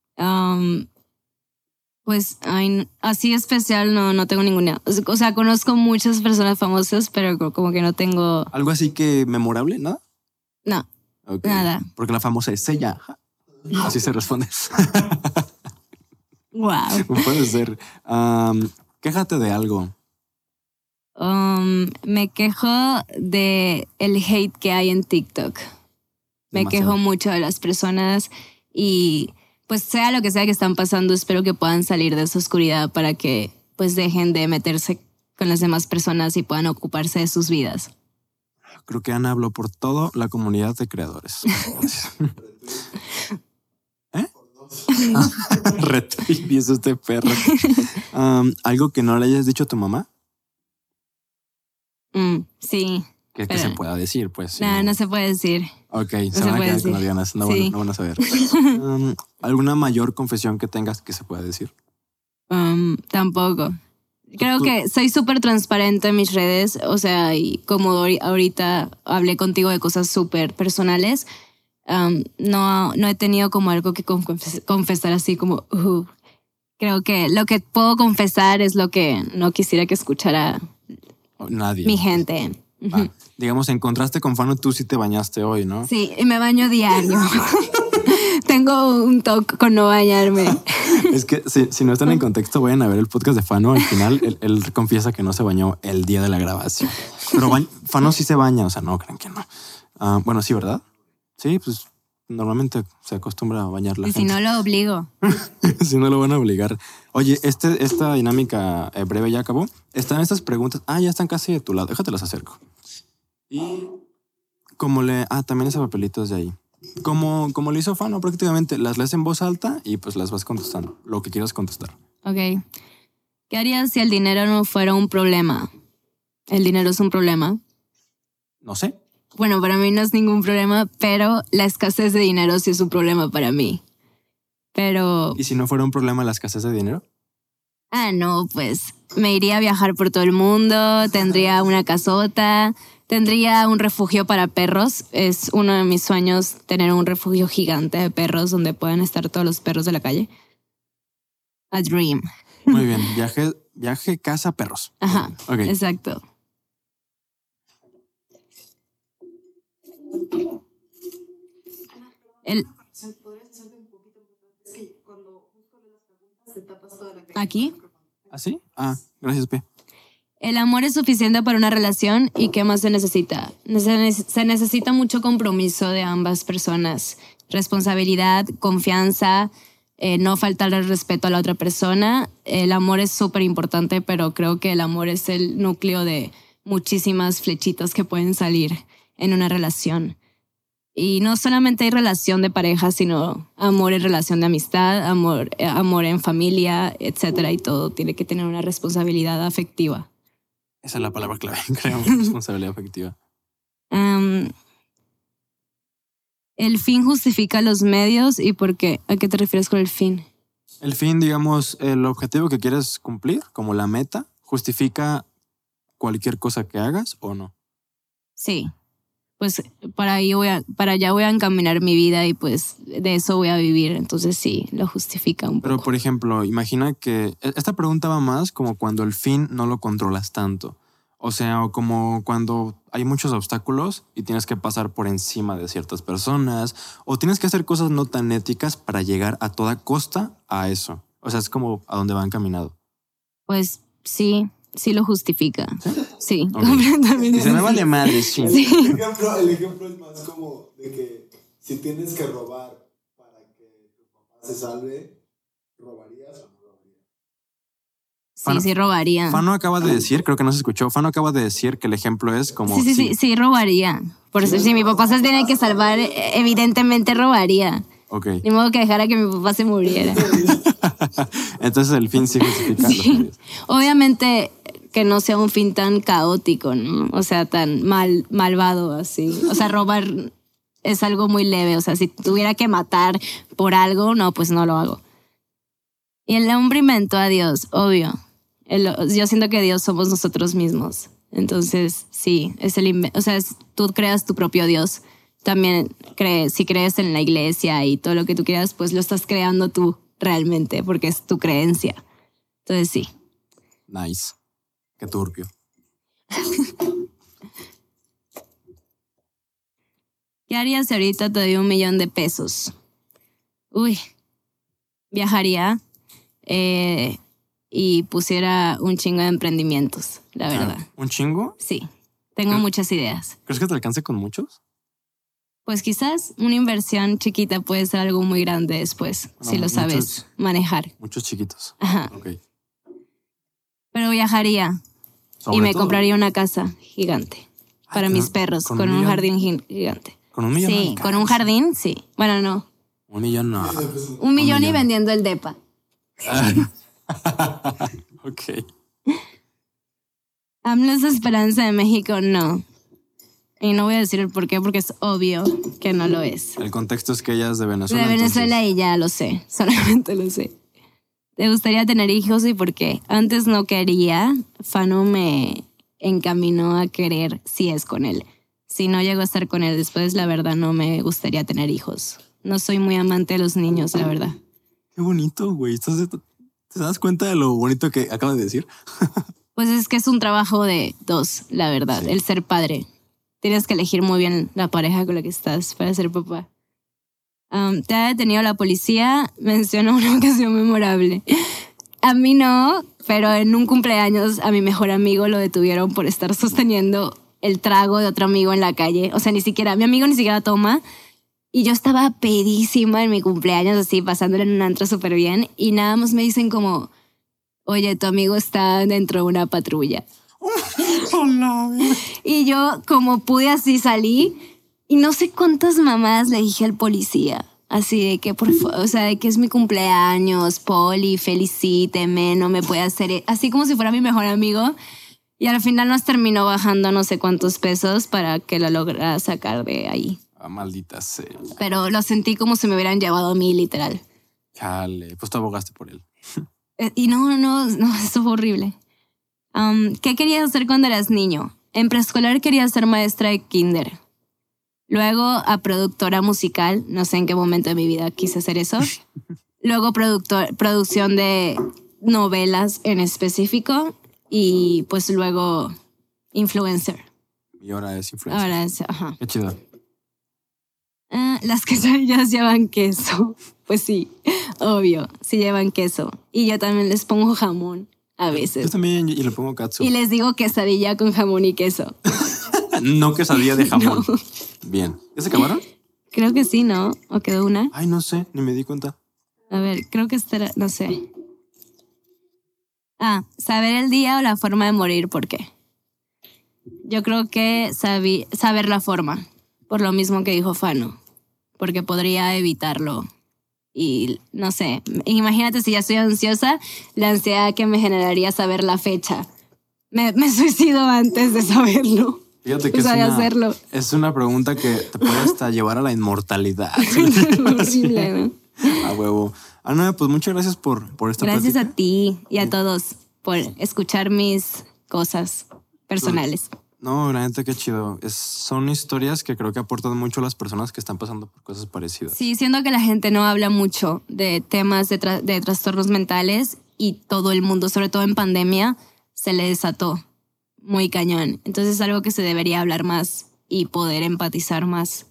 Pues así especial no tengo ninguna. O sea, conozco muchas personas famosas, pero como que no tengo... ¿Algo así que memorable? ¿Nada? No, okay. Nada. Porque la famosa es ella. Así se responde. Wow. Puede ser. Quéjate de algo. Me quejo de el hate que hay en TikTok. Me quejo mucho de las personas y pues sea lo que sea que están pasando, espero que puedan salir de esa oscuridad para que pues dejen de meterse con las demás personas y puedan ocuparse de sus vidas. Creo que Ana habló por toda la comunidad de creadores. ¿Eh? Retweet, y es este perro. ¿Algo que no le hayas dicho a tu mamá? Sí. Que pero se pueda decir, pues. Sí, no se puede decir. Ok, No se van a puede quedar con decir. las ganas. No, Sí. no van a saber. ¿Alguna mayor confesión que tengas que se pueda decir? Tampoco. Creo que soy súper transparente en mis redes, o sea, y como ahorita hablé contigo de cosas súper personales, no he tenido como algo que confesar así como, creo que lo que puedo confesar es lo que no quisiera que escuchara Nadie. mi gente. Digamos, en contraste con Fano, tú sí te bañaste hoy, ¿no? Sí, y me baño diario. Tengo un toque con no bañarme. Es que si no están en contexto, vayan a ver el podcast de Fano. Al final, él confiesa que no se bañó el día de la grabación. Pero Fano sí se baña, o sea, no crean que no. Bueno, sí, ¿verdad? Sí, pues normalmente se acostumbra a bañar la y gente. si no lo obligo. Si no lo van a obligar. Oye, esta dinámica breve ya acabó. Están estas preguntas. Ya están casi de tu lado. Déjate las acerco. Y como también ese papelito es de ahí. Como le hizo Fano, prácticamente las lees en voz alta y pues las vas contestando. Lo que quieras contestar. Ok. ¿Qué harías si el dinero no fuera un problema? ¿El dinero es un problema? No sé. Bueno, para mí no es ningún problema, pero la escasez de dinero sí es un problema para mí. Pero... ¿Y si no fuera un problema la escasez de dinero? No, pues me iría a viajar por todo el mundo, tendría una casota, tendría un refugio para perros. Es uno de mis sueños tener un refugio gigante de perros donde puedan estar todos los perros de la calle. A dream. Muy bien. Viaje, casa, perros. Ajá, Okay. Exacto. ¿Aquí? ¿Así? Gracias, P. El amor es suficiente para una relación y ¿qué más se necesita? Se necesita mucho compromiso de ambas personas, responsabilidad, confianza, no faltar el respeto a la otra persona. El amor es súper importante, pero creo que el amor es el núcleo de muchísimas flechitas que pueden salir en una relación. Y no solamente hay relación de pareja, sino amor en relación de amistad, amor en familia, etcétera, y todo tiene que tener una responsabilidad afectiva. Esa es la palabra clave, creo, responsabilidad afectiva. El fin justifica los medios y ¿por qué? ¿A qué te refieres con el fin? El fin, digamos, el objetivo que quieres cumplir, como la meta, justifica cualquier cosa que hagas o no. Sí. Pues para allá voy a encaminar mi vida y pues de eso voy a vivir. Entonces sí, lo justifica un poco. Pero, por ejemplo, imagina que esta pregunta va más como cuando el fin no lo controlas tanto. O sea, o como cuando hay muchos obstáculos y tienes que pasar por encima de ciertas personas o tienes que hacer cosas no tan éticas para llegar a toda costa a eso. O sea, es como a donde va encaminado. Pues sí lo justifica. Sí, Okay. completamente. Y se me vale madre, sí. El ejemplo es más como de que si tienes que robar para que tu papá se salve, ¿robarías o no robarías? Sí robaría. Fano acaba de decir, creo que no se escuchó, Fano acaba de decir que el ejemplo es como... Sí, robaría. Por eso, si mi papá se tiene que salvar, evidentemente robaría. Ok. Ni modo que dejara que mi papá se muriera. Entonces el fin sí justifica los medios. Obviamente que no sea un fin tan caótico, ¿no? O sea, tan malvado así. O sea, robar es algo muy leve. O sea, si tuviera que matar por algo, no, pues no lo hago. Y el hombre inventó a Dios, obvio. Yo siento que Dios somos nosotros mismos. Entonces, sí, tú creas tu propio Dios. También si crees en la iglesia y todo lo que tú quieras, pues lo estás creando tú realmente, porque es tu creencia. Entonces, sí. Nice. Qué turbio. ¿Qué harías si ahorita te doy $1 millón de pesos? Viajaría y pusiera un chingo de emprendimientos, la verdad. ¿Un chingo? Sí, tengo muchas ideas. ¿Crees que te alcance con muchos? Pues quizás una inversión chiquita puede ser algo muy grande después, si lo sabes manejar. Muchos chiquitos. Ajá. Okay. Pero viajaría y me compraría una casa gigante para mis perros, con un jardín gigante. ¿Con $1 millón? Sí, con un jardín, sí. Bueno, no. $1 millón no. $1 millón y vendiendo el depa. Ok. AMLO es la esperanza de México, no. Y no voy a decir el por qué, porque es obvio que no lo es. El contexto es que ella es de Venezuela. De Venezuela entonces... y ya lo sé, solamente lo sé. ¿Te gustaría tener hijos y por qué? Antes no quería, Fano me encaminó a querer si es con él. Si no llego a estar con él después, la verdad no me gustaría tener hijos. No soy muy amante de los niños, la verdad. Qué bonito, güey. ¿Te das cuenta de lo bonito que acabas de decir? Pues es que es un trabajo de dos, la verdad, Sí. el ser padre. Tienes que elegir muy bien la pareja con la que estás para ser papá. Te ha detenido la policía, menciona una ocasión memorable. A mí no, pero en un cumpleaños a mi mejor amigo lo detuvieron por estar sosteniendo el trago de otro amigo en la calle. O sea, mi amigo ni siquiera toma. Y yo estaba pedísima en mi cumpleaños, así, pasándole en un antro súper bien. Y nada más me dicen como, oye, tu amigo está dentro de una patrulla. Y yo, como pude, así salí. Y no sé cuántas mamadas le dije al policía. Así de que, o sea, de que es mi cumpleaños, Poli, felicíteme, no me puede hacer... Así como si fuera mi mejor amigo. Y al final nos terminó bajando no sé cuántos pesos para que lo lograra sacar de ahí. Ah, maldita sea. Pero lo sentí como si me hubieran llevado a mí, literal. Chale, pues tú abogaste por él. Y no, eso fue horrible. ¿Qué querías hacer cuando eras niño? En preescolar quería ser maestra de kinder. Luego a productora musical, no sé en qué momento de mi vida quise hacer eso. Luego producción de novelas en específico y pues luego influencer. Y ahora es influencer. Ahora es, ajá. Qué chido. Las quesadillas llevan queso. Pues sí, obvio, sí llevan queso. Y yo también les pongo jamón a veces. Yo también, y le pongo katsu. Y les digo quesadilla con jamón y queso. No quesadilla de jamón. No. Bien. ¿Ya se acabaron? Creo que sí, ¿no? ¿O quedó una? Ay, no sé, ni me di cuenta. A ver, creo que esta era, no sé. Saber el día o la forma de morir, ¿por qué? Yo creo que saber la forma, por lo mismo que dijo Fano, porque podría evitarlo. Y no sé, imagínate si ya estoy ansiosa, la ansiedad que me generaría saber la fecha. Me suicido antes de saberlo. Fíjate que hacerlo. es una pregunta que te puede hasta llevar a la inmortalidad. Horrible, ¿no? A huevo. Ana, pues muchas gracias por esta Gracias plática. a ti y a todos por escuchar mis cosas personales. No, la neta, qué chido. Son historias que creo que aportan mucho a las personas que están pasando por cosas parecidas. Sí, siento que la gente no habla mucho de temas de trastornos mentales y todo el mundo, sobre todo en pandemia, se le desató muy cañón. Entonces es algo que se debería hablar más y poder empatizar más.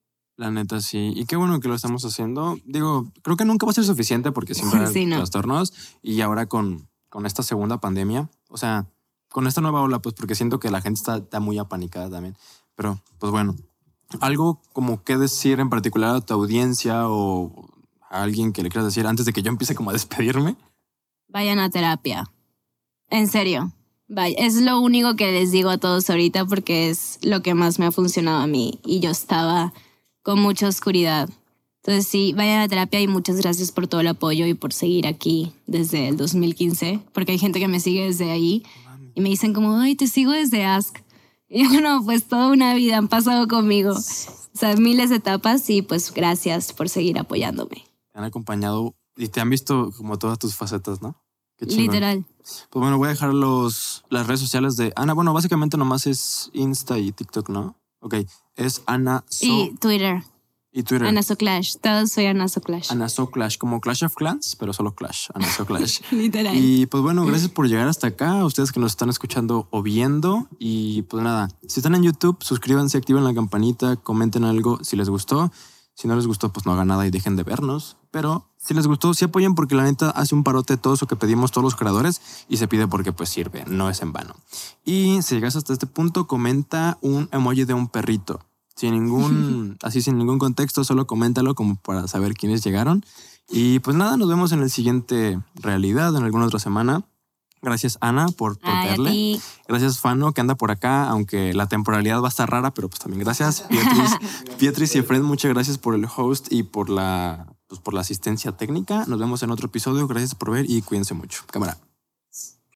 La neta, sí. Y qué bueno que lo estamos haciendo. Digo, creo que nunca va a ser suficiente porque siempre hay Sí, no. trastornos. Y ahora con esta segunda pandemia, o sea, con esta nueva ola, pues porque siento que la gente está muy apanicada también. Pero, pues bueno, algo como qué decir en particular a tu audiencia o a alguien que le quieras decir antes de que yo empiece como a despedirme. Vayan a terapia. En serio. Vaya. Es lo único que les digo a todos ahorita porque es lo que más me ha funcionado a mí. Y yo estaba con mucha oscuridad. Entonces sí, vayan a terapia y muchas gracias por todo el apoyo y por seguir aquí desde el 2015. Porque hay gente que me sigue desde ahí y me dicen como, ay, te sigo desde Ask. Y yo, no, pues toda una vida han pasado conmigo. O sea, miles de etapas y pues gracias por seguir apoyándome. Te han acompañado y te han visto como todas tus facetas, ¿no? Qué chingón. Literal. Pues bueno, voy a dejar las redes sociales de Ana. Bueno, básicamente nomás es Insta y TikTok, ¿no? Ok, es Ana Y Twitter. Y Twitter. Ana Clash. Todos soy Ana Clash. Ana Clash, como Clash of Clans, pero solo Clash. Ana Clash. Literal. Y pues bueno, gracias por llegar hasta acá. A ustedes que nos están escuchando o viendo. Y pues nada, si están en YouTube, suscríbanse, activen la campanita, comenten algo si les gustó. Si no les gustó, pues no hagan nada y dejen de vernos. Pero si les gustó, sí apoyen porque la neta hace un parote todo eso que pedimos todos los creadores y se pide porque pues sirve, no es en vano. Y si llegas hasta este punto, comenta un emoji de un perrito. Sin ningún contexto, solo coméntalo como para saber quiénes llegaron. Y pues nada, nos vemos en el siguiente realidad, en alguna otra semana. Gracias, Ana, por verle. Gracias, Fano, que anda por acá, aunque la temporalidad va a estar rara, pero pues también gracias. Beatriz y Fred, muchas gracias por el host y por la asistencia técnica. Nos vemos en otro episodio. Gracias por ver y cuídense mucho. Cámara.